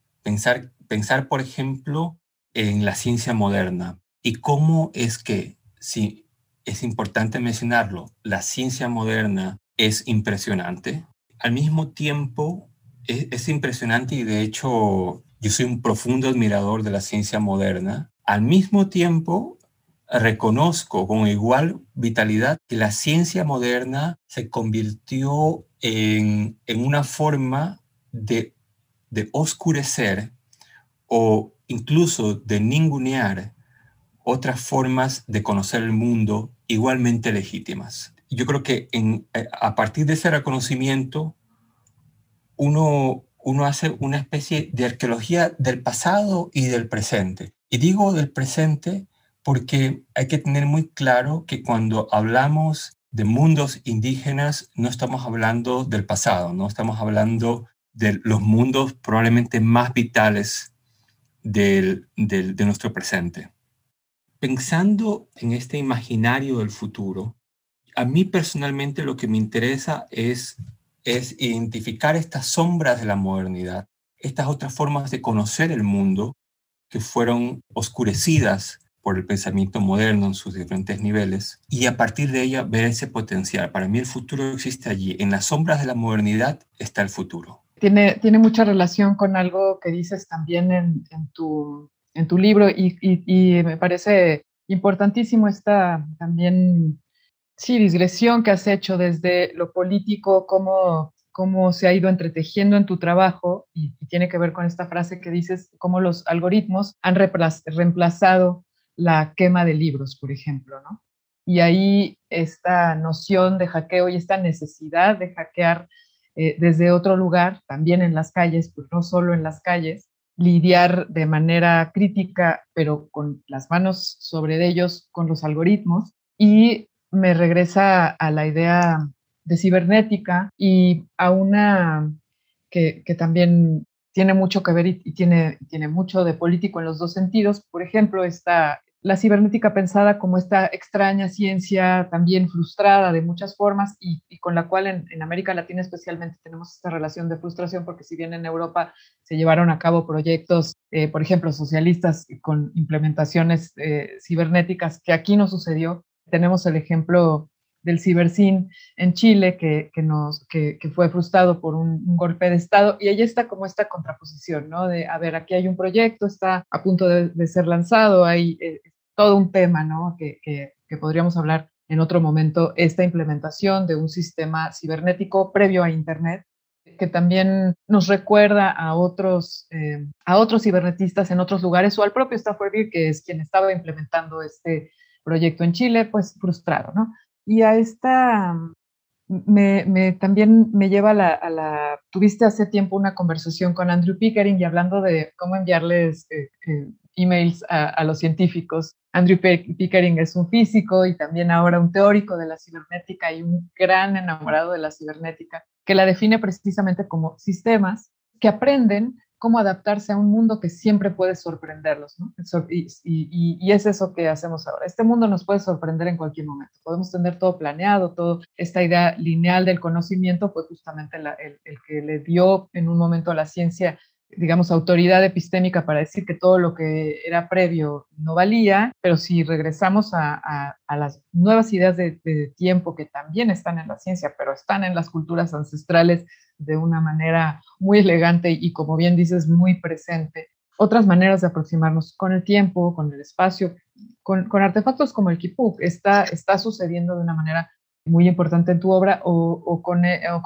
Pensar, por ejemplo, en la ciencia moderna y cómo es que, si es importante mencionarlo, la ciencia moderna es impresionante. Al mismo tiempo, es impresionante, y de hecho yo soy un profundo admirador de la ciencia moderna. Al mismo tiempo, reconozco con igual vitalidad que la ciencia moderna se convirtió en una forma de oscurecer o incluso de ningunear otras formas de conocer el mundo igualmente legítimas. Yo creo que a partir de ese reconocimiento, uno hace una especie de arqueología del pasado y del presente. Y digo del presente porque hay que tener muy claro que cuando hablamos de mundos indígenas, no estamos hablando del pasado, no estamos hablando de los mundos probablemente más vitales de nuestro presente. Pensando en este imaginario del futuro, a mí personalmente lo que me interesa es identificar estas sombras de la modernidad, estas otras formas de conocer el mundo que fueron oscurecidas por el pensamiento moderno en sus diferentes niveles, y a partir de ella ver ese potencial. Para mí el futuro existe allí. En las sombras de la modernidad está el futuro. Tiene mucha relación con algo que dices también en tu libro, y me parece importantísimo esta también, sí, digresión que has hecho desde lo político, cómo se ha ido entretejiendo en tu trabajo, y tiene que ver con esta frase que dices, cómo los algoritmos han reemplazado la quema de libros, por ejemplo, ¿no? Y ahí esta noción de hackeo y esta necesidad de hackear desde otro lugar, también en las calles, pues no solo en las calles, lidiar de manera crítica, pero con las manos sobre ellos, con los algoritmos, y me regresa a la idea de cibernética y a una que también tiene mucho que ver y tiene mucho de político en los dos sentidos. Por ejemplo, la cibernética pensada como esta extraña ciencia también frustrada de muchas formas y con la cual en América Latina especialmente tenemos esta relación de frustración, porque si bien en Europa se llevaron a cabo proyectos, por ejemplo, socialistas con implementaciones cibernéticas, que aquí no sucedió. Tenemos el ejemplo del Cibercin en Chile, que fue frustrado por un golpe de Estado, y ahí está como esta contraposición, ¿no? De, a ver, aquí hay un proyecto, está a punto de ser lanzado, hay todo un tema, ¿no? Que podríamos hablar en otro momento, esta implementación de un sistema cibernético previo a Internet, que también nos recuerda a otros cibernetistas en otros lugares, o al propio Stafford Beer, que es quien estaba implementando este proyecto en Chile, pues frustrado, ¿no? Y a esta también me lleva tuviste hace tiempo una conversación con Andrew Pickering y hablando de cómo enviarles emails a los científicos. Andrew Pickering es un físico y también ahora un teórico de la cibernética y un gran enamorado de la cibernética, que la define precisamente como sistemas que aprenden cómo adaptarse a un mundo que siempre puede sorprenderlos, ¿no? Y es eso que hacemos ahora. Este mundo nos puede sorprender en cualquier momento. Podemos tener todo planeado, esta idea lineal del conocimiento fue justamente el que le dio en un momento a la ciencia, digamos, autoridad epistémica para decir que todo lo que era previo no valía, pero si regresamos a las nuevas ideas de tiempo que también están en la ciencia, pero están en las culturas ancestrales de una manera muy elegante y, como bien dices, muy presente. Otras maneras de aproximarnos con el tiempo, con el espacio, con artefactos como el Kipuk, está sucediendo de una manera muy importante en tu obra, o con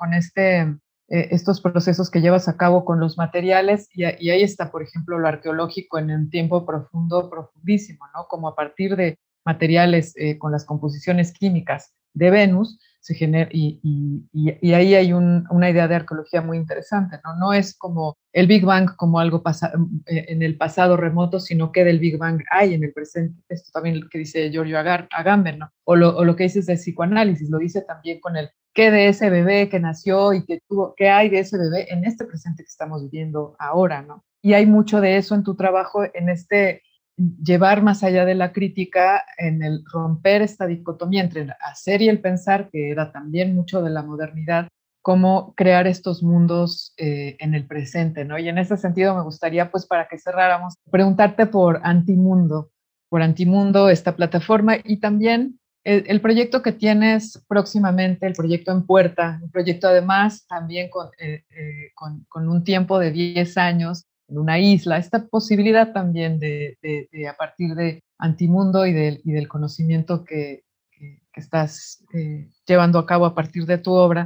estos procesos que llevas a cabo con los materiales, y ahí está, por ejemplo, lo arqueológico en un tiempo profundo, profundísimo, ¿no? Como a partir de materiales con las composiciones químicas de Venus, se genera, y ahí hay una idea de arqueología muy interesante, ¿no? No es como el Big Bang como algo en el pasado remoto, sino que del Big Bang hay en el presente. Esto también lo que dice Giorgio Agamben, ¿no? O lo que dices de psicoanálisis, lo dice también con el qué de ese bebé que nació y que tuvo, qué hay de ese bebé en este presente que estamos viviendo ahora, ¿no? Y hay mucho de eso en tu trabajo, en llevar más allá de la crítica, en el romper esta dicotomía entre el hacer y el pensar, que era también mucho de la modernidad, cómo crear estos mundos en el presente, ¿no? Y en ese sentido me gustaría, pues, para que cerráramos, preguntarte por Antimundo, esta plataforma, y también el proyecto que tienes próximamente, el proyecto en puerta, un proyecto además también con un tiempo de 10 años, en una isla, esta posibilidad también de a partir de Antimundo y del conocimiento que estás llevando a cabo a partir de tu obra,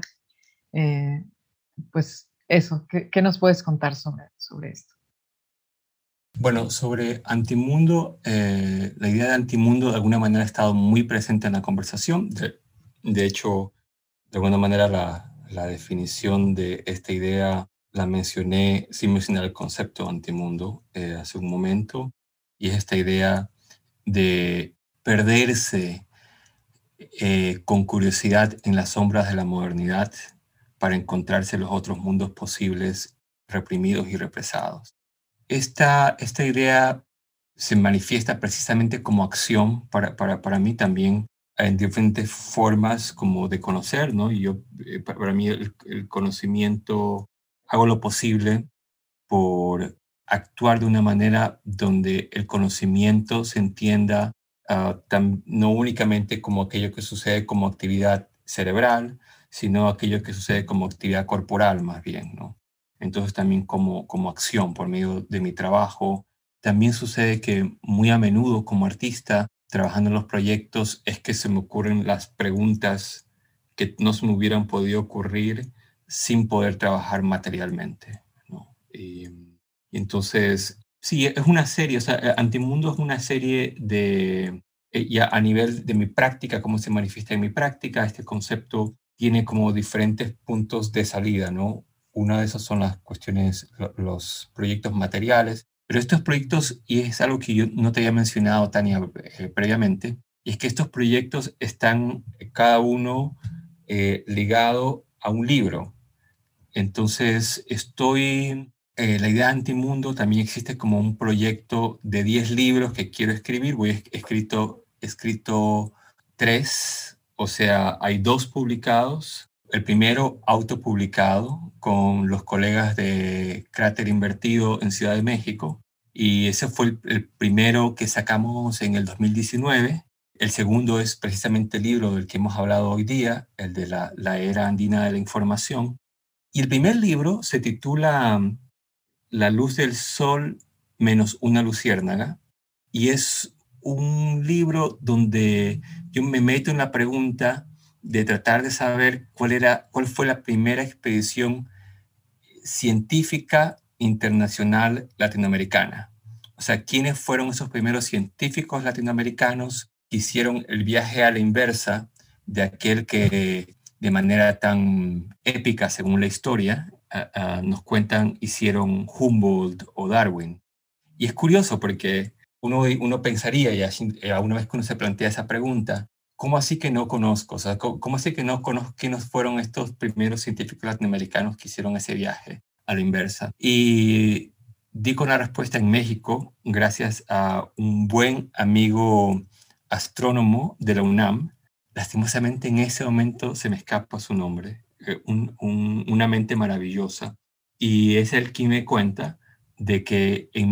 pues eso, ¿qué nos puedes contar sobre esto? Bueno, sobre Antimundo, la idea de Antimundo de alguna manera ha estado muy presente en la conversación. De hecho, de alguna manera la definición de esta idea la mencioné sin mencionar el concepto de Antimundo hace un momento, y es esta idea de perderse con curiosidad en las sombras de la modernidad para encontrarse los otros mundos posibles reprimidos y represados. Esta idea se manifiesta precisamente como acción para mí también en diferentes formas como de conocer, ¿no? Y yo, para mí el conocimiento, hago lo posible por actuar de una manera donde el conocimiento se entienda no únicamente como aquello que sucede como actividad cerebral, sino aquello que sucede como actividad corporal más bien, ¿no? Entonces también como acción por medio de mi trabajo. También sucede que muy a menudo como artista, trabajando en los proyectos, es que se me ocurren las preguntas que no se me hubieran podido ocurrir sin poder trabajar materialmente, ¿no? Y entonces, sí, es una serie, o sea, Antimundo es una serie de, ya a nivel de mi práctica, cómo se manifiesta en mi práctica, este concepto tiene como diferentes puntos de salida, ¿no? Una de esas son las cuestiones, los proyectos materiales, pero estos proyectos, y es algo que yo no te había mencionado, Tania, previamente, y es que estos proyectos están cada uno ligado a un libro. Entonces, la idea Antimundo también existe como un proyecto de 10 libros que quiero escribir. Escrito 3, o sea, hay 2 publicados. El primero autopublicado con los colegas de Cráter Invertido en Ciudad de México. Y ese fue el primero que sacamos en el 2019. El segundo es precisamente el libro del que hemos hablado hoy día, el de la era andina de la información. Y el primer libro se titula La luz del sol menos una luciérnaga, y es un libro donde yo me meto en la pregunta de tratar de saber cuál fue la primera expedición científica internacional latinoamericana. O sea, ¿quiénes fueron esos primeros científicos latinoamericanos que hicieron el viaje a la inversa de aquel que de manera tan épica, según la historia, nos cuentan, hicieron Humboldt o Darwin? Y es curioso porque uno pensaría, ya una vez que uno se plantea esa pregunta, ¿cómo así que no conozco? O sea, ¿cómo así que no conozco quiénes fueron estos primeros científicos latinoamericanos que hicieron ese viaje a la inversa? Y di con la respuesta en México, gracias a un buen amigo astrónomo de la UNAM. Lastimosamente en ese momento se me escapa su nombre, una mente maravillosa. Y es el que me cuenta de que en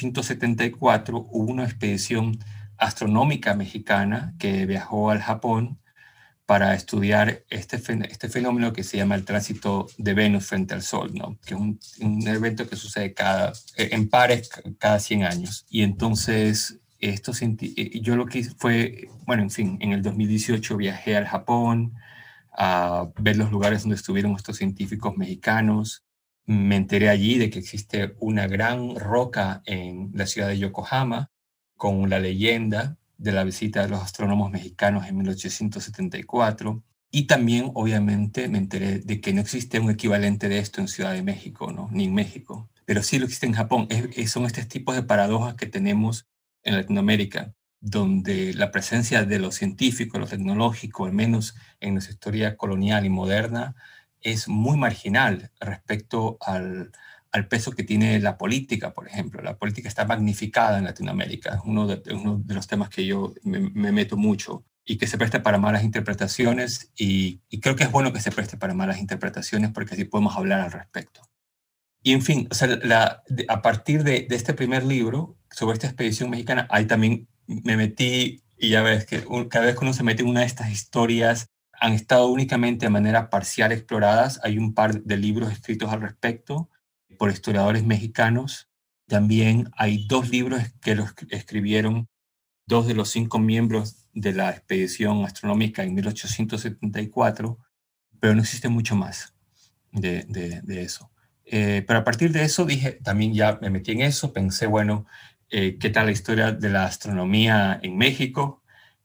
1874 hubo una expedición astronómica mexicana que viajó al Japón para estudiar este fenómeno que se llama el tránsito de Venus frente al Sol, ¿no? Que es un evento que sucede en pares cada 100 años. Y entonces, yo lo que hice fue, bueno, en fin, en el 2018 viajé al Japón a ver los lugares donde estuvieron estos científicos mexicanos. Me enteré allí de que existe una gran roca en la ciudad de Yokohama con la leyenda de la visita de los astrónomos mexicanos en 1874. Y también, obviamente, me enteré de que no existe un equivalente de esto en Ciudad de México, ¿no? Ni en México. Pero sí lo existe en Japón. Son estos tipos de paradojas que tenemos en Latinoamérica, donde la presencia de lo científico, lo tecnológico, al menos en nuestra historia colonial y moderna, es muy marginal respecto al peso que tiene la política, por ejemplo. La política está magnificada en Latinoamérica. Es uno de los temas que yo me meto mucho y que se presta para malas interpretaciones, y creo que es bueno que se preste para malas interpretaciones porque así podemos hablar al respecto. Y en fin, o sea, a partir de este primer libro sobre esta expedición mexicana, ahí también me metí, y ya ves que cada vez que uno se mete en una de estas historias, han estado únicamente de manera parcial exploradas. Hay un par de libros escritos al respecto por historiadores mexicanos. También hay 2 libros que los escribieron 2 de los 5 miembros de la expedición astronómica en 1874, pero no existe mucho más de eso. Pero a partir de eso también ya me metí en eso, pensé, bueno, ¿qué tal la historia de la astronomía en México?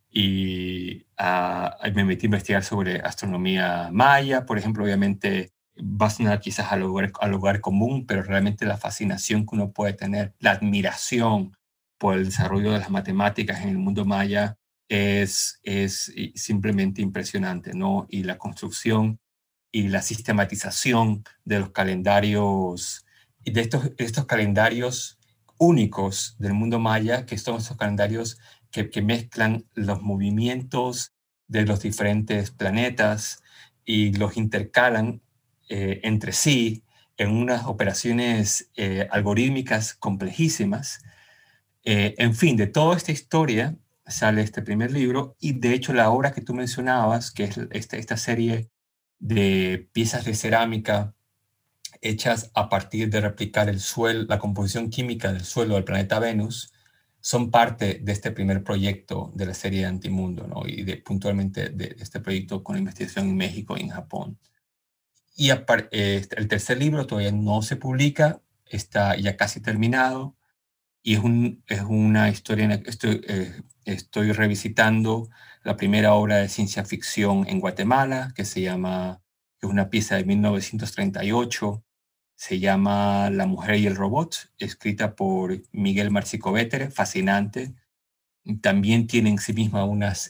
Y me metí a investigar sobre astronomía maya, por ejemplo. Obviamente va a sonar quizás al lugar común, pero realmente la fascinación que uno puede tener, la admiración por el desarrollo de las matemáticas en el mundo maya es simplemente impresionante, ¿no? Y la construcción y la sistematización de los calendarios, y de estos calendarios únicos del mundo maya, que son estos calendarios que mezclan los movimientos de los diferentes planetas y los intercalan entre sí en unas operaciones algorítmicas complejísimas. En fin, de toda esta historia sale este primer libro, y de hecho la obra que tú mencionabas, que es esta serie de piezas de cerámica hechas a partir de replicar el suelo, la composición química del suelo del planeta Venus, son parte de este primer proyecto de la serie Antimundo, ¿no? Y puntualmente de este proyecto con investigación en México y en Japón. Y el tercer libro todavía no se publica, está ya casi terminado, Y es una historia en la que estoy revisitando la primera obra de ciencia ficción en Guatemala, que es una pieza de 1938, se llama La mujer y el robot, escrita por Miguel Marsico-Vetere, fascinante. También tiene en sí misma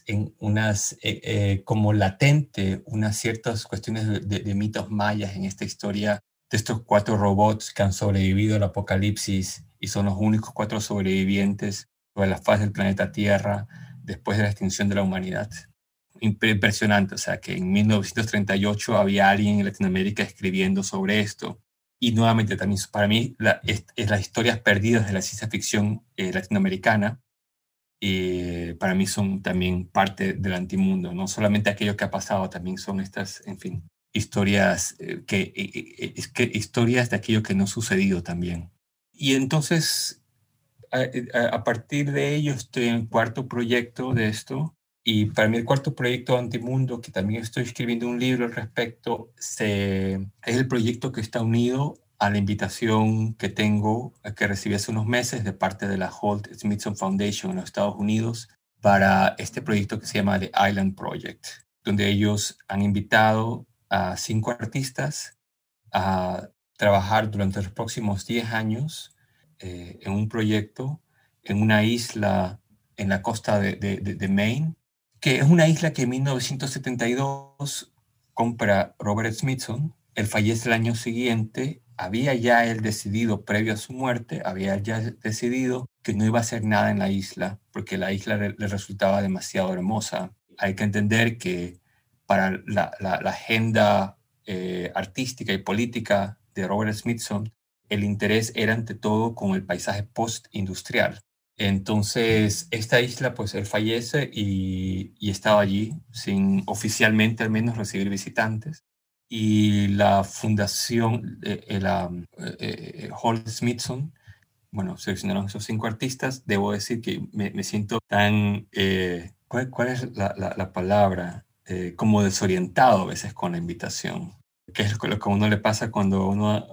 como latente unas ciertas cuestiones de mitos mayas en esta historia de estos 4 robots que han sobrevivido al apocalipsis y son los únicos 4 sobrevivientes sobre la faz del planeta Tierra después de la extinción de la humanidad. Impresionante, o sea, que en 1938 había alguien en Latinoamérica escribiendo sobre esto. Y nuevamente también para mí es las historias perdidas de la ciencia ficción latinoamericana. Para mí son también parte del antimundo, no solamente aquello que ha pasado, también son estas, en fin, historias, historias de aquello que no ha sucedido también. Y entonces, a partir de ello, estoy en el 4º proyecto de esto, y para mí el 4º proyecto Antimundo, que también estoy escribiendo un libro al respecto, es el proyecto que está unido a la invitación que recibí hace unos meses de parte de la Holt Smithson Foundation en los Estados Unidos para este proyecto que se llama The Island Project, donde ellos han invitado a 5 artistas a trabajar durante los próximos 10 años en un proyecto en una isla en la costa de Maine, que es una isla que en 1972 compra Robert Smithson. Él fallece el año siguiente. Había ya él decidido, previo a su muerte, había ya decidido que no iba a hacer nada en la isla, porque la isla le resultaba demasiado hermosa. Hay que entender que para la agenda artística y política de Robert Smithson, el interés era ante todo con el paisaje post-industrial. Entonces, esta isla, pues él fallece y estaba allí sin oficialmente al menos recibir visitantes. Y la fundación, Holt Smithson, bueno, seleccionaron esos 5 artistas. Debo decir que me siento tan, ¿cuál es la palabra? Como desorientado a veces con la invitación, que es lo que a uno le pasa cuando uno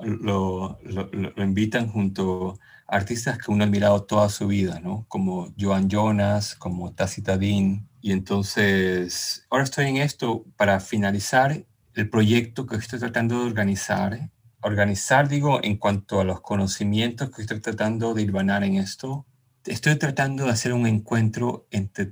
lo invitan junto a artistas que uno ha admirado toda su vida, ¿no? Como Joan Jonas, como Tacita Dean. Y entonces, ahora estoy en esto para finalizar el proyecto que estoy tratando de organizar, digo, en cuanto a los conocimientos que estoy tratando de hilvanar en esto. Estoy tratando de hacer un encuentro entre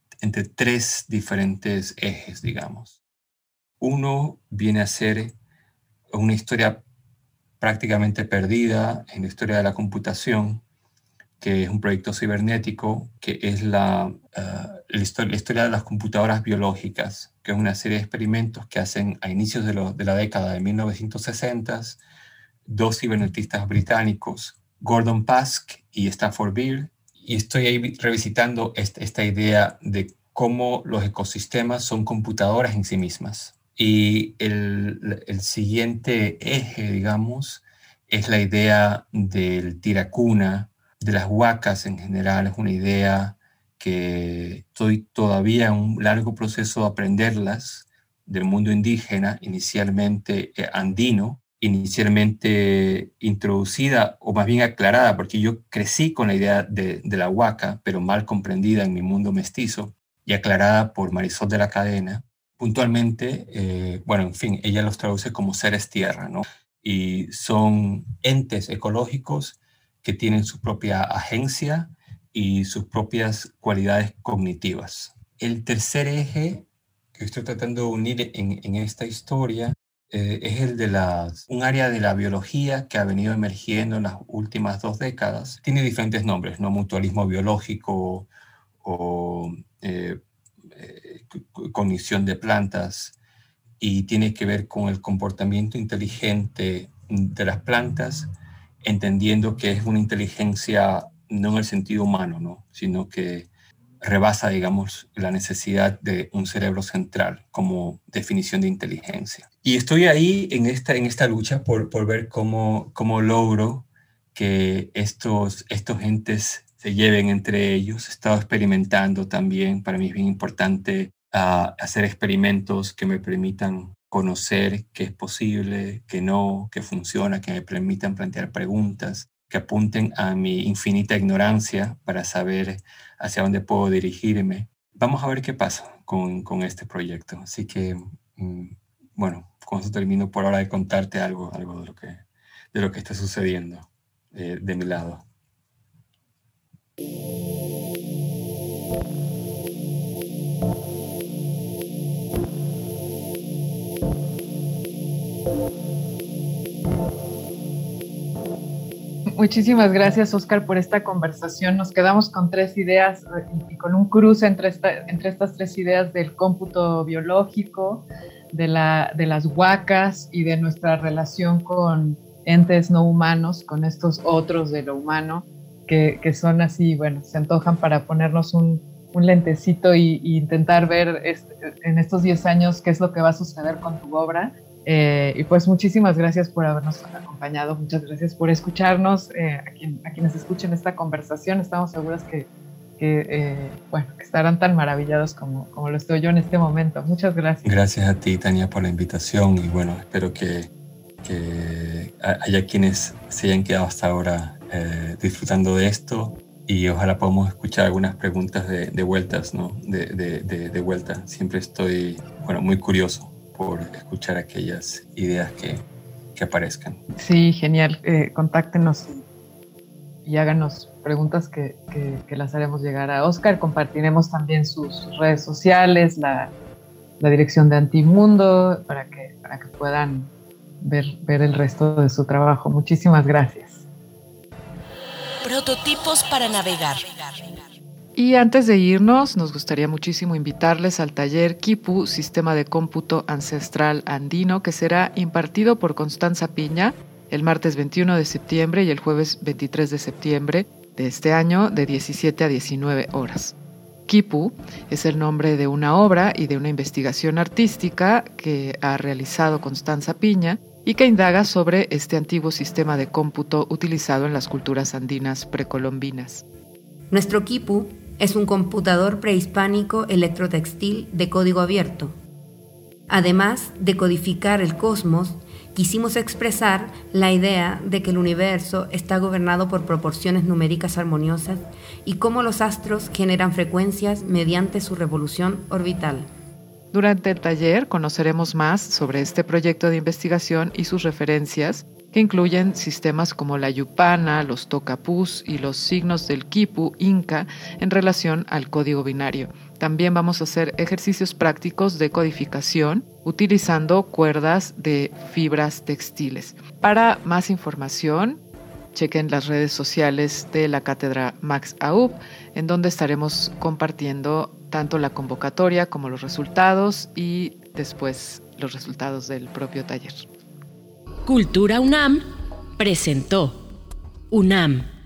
3 diferentes ejes, digamos. Uno viene a ser una historia prácticamente perdida en la historia de la computación, que es un proyecto cibernético, que es la historia de las computadoras biológicas, que es una serie de experimentos que hacen a inicios de la década de 1960 2 cibernetistas británicos, Gordon Pask y Stafford Beer, y estoy ahí revisitando esta idea de cómo los ecosistemas son computadoras en sí mismas. Y el siguiente eje, digamos, es la idea del tiracuna, de las huacas en general. Es una idea que estoy todavía en un largo proceso de aprenderlas del mundo indígena, inicialmente andino, inicialmente introducida o más bien aclarada, porque yo crecí con la idea de la huaca, pero mal comprendida en mi mundo mestizo y aclarada por Marisol de la Cadena. Puntualmente, bueno, en fin, ella los traduce como seres tierra, ¿no? Y son entes ecológicos que tienen su propia agencia y sus propias cualidades cognitivas. El tercer eje que estoy tratando de unir en esta historia es el de un área de la biología que ha venido emergiendo en las últimas 2 décadas. Tiene diferentes nombres, ¿no? Mutualismo biológico o cognición de plantas, y tiene que ver con el comportamiento inteligente de las plantas, entendiendo que es una inteligencia no en el sentido humano, ¿no? Sino que rebasa, digamos, la necesidad de un cerebro central como definición de inteligencia. Y estoy ahí en esta lucha por ver cómo logro que estos entes se lleven entre ellos. He estado experimentando también. Para mí es bien importante hacer experimentos que me permitan conocer qué es posible, qué no, qué funciona, que me permitan plantear preguntas. que apunten a mi infinita ignorancia para saber hacia dónde puedo dirigirme. Vamos a ver qué pasa con este proyecto. Así que, bueno, con eso termino por ahora de contarte algo de lo que está sucediendo de mi lado. Muchísimas gracias, Oscar, por esta conversación. Nos quedamos con 3 ideas y con un cruce entre estas 3 ideas del cómputo biológico, de las huacas y de nuestra relación con entes no humanos, con estos otros de lo humano, que son así, bueno, se antojan para ponernos un lentecito y intentar ver en estos 10 años qué es lo que va a suceder con tu obra. Y pues muchísimas gracias por habernos acompañado, muchas gracias por escucharnos, a quienes escuchen esta conversación. Estamos seguras que estarán tan maravillados como lo estoy yo en este momento. Muchas gracias. Gracias a ti, Tania, por la invitación, y bueno, espero que haya quienes se hayan quedado hasta ahora disfrutando de esto, y ojalá podamos escuchar algunas preguntas de vueltas, ¿no? De vuelta. Siempre estoy, muy curioso por escuchar aquellas ideas que aparezcan. Sí, genial. Contáctenos y háganos preguntas que las haremos llegar a Oscar. Compartiremos también sus redes sociales, la dirección de Antimundo, para que puedan ver el resto de su trabajo. Muchísimas gracias. Prototipos para navegar. Y antes de irnos, nos gustaría muchísimo invitarles al taller Quipu, Sistema de Cómputo Ancestral Andino, que será impartido por Constanza Piña el martes 21 de septiembre y el jueves 23 de septiembre de este año, de 17 a 19 horas. Quipu es el nombre de una obra y de una investigación artística que ha realizado Constanza Piña y que indaga sobre este antiguo sistema de cómputo utilizado en las culturas andinas precolombinas. Nuestro Quipu es un computador prehispánico electrotextil de código abierto. Además de codificar el cosmos, quisimos expresar la idea de que el universo está gobernado por proporciones numéricas armoniosas y cómo los astros generan frecuencias mediante su revolución orbital. Durante el taller conoceremos más sobre este proyecto de investigación y sus referencias, que incluyen sistemas como la yupana, los tocapús y los signos del quipu inca en relación al código binario. También vamos a hacer ejercicios prácticos de codificación utilizando cuerdas de fibras textiles. Para más información, chequen las redes sociales de la Cátedra Max Aub, en donde estaremos compartiendo tanto la convocatoria como los resultados y después los resultados del propio taller. Cultura UNAM presentó UNAM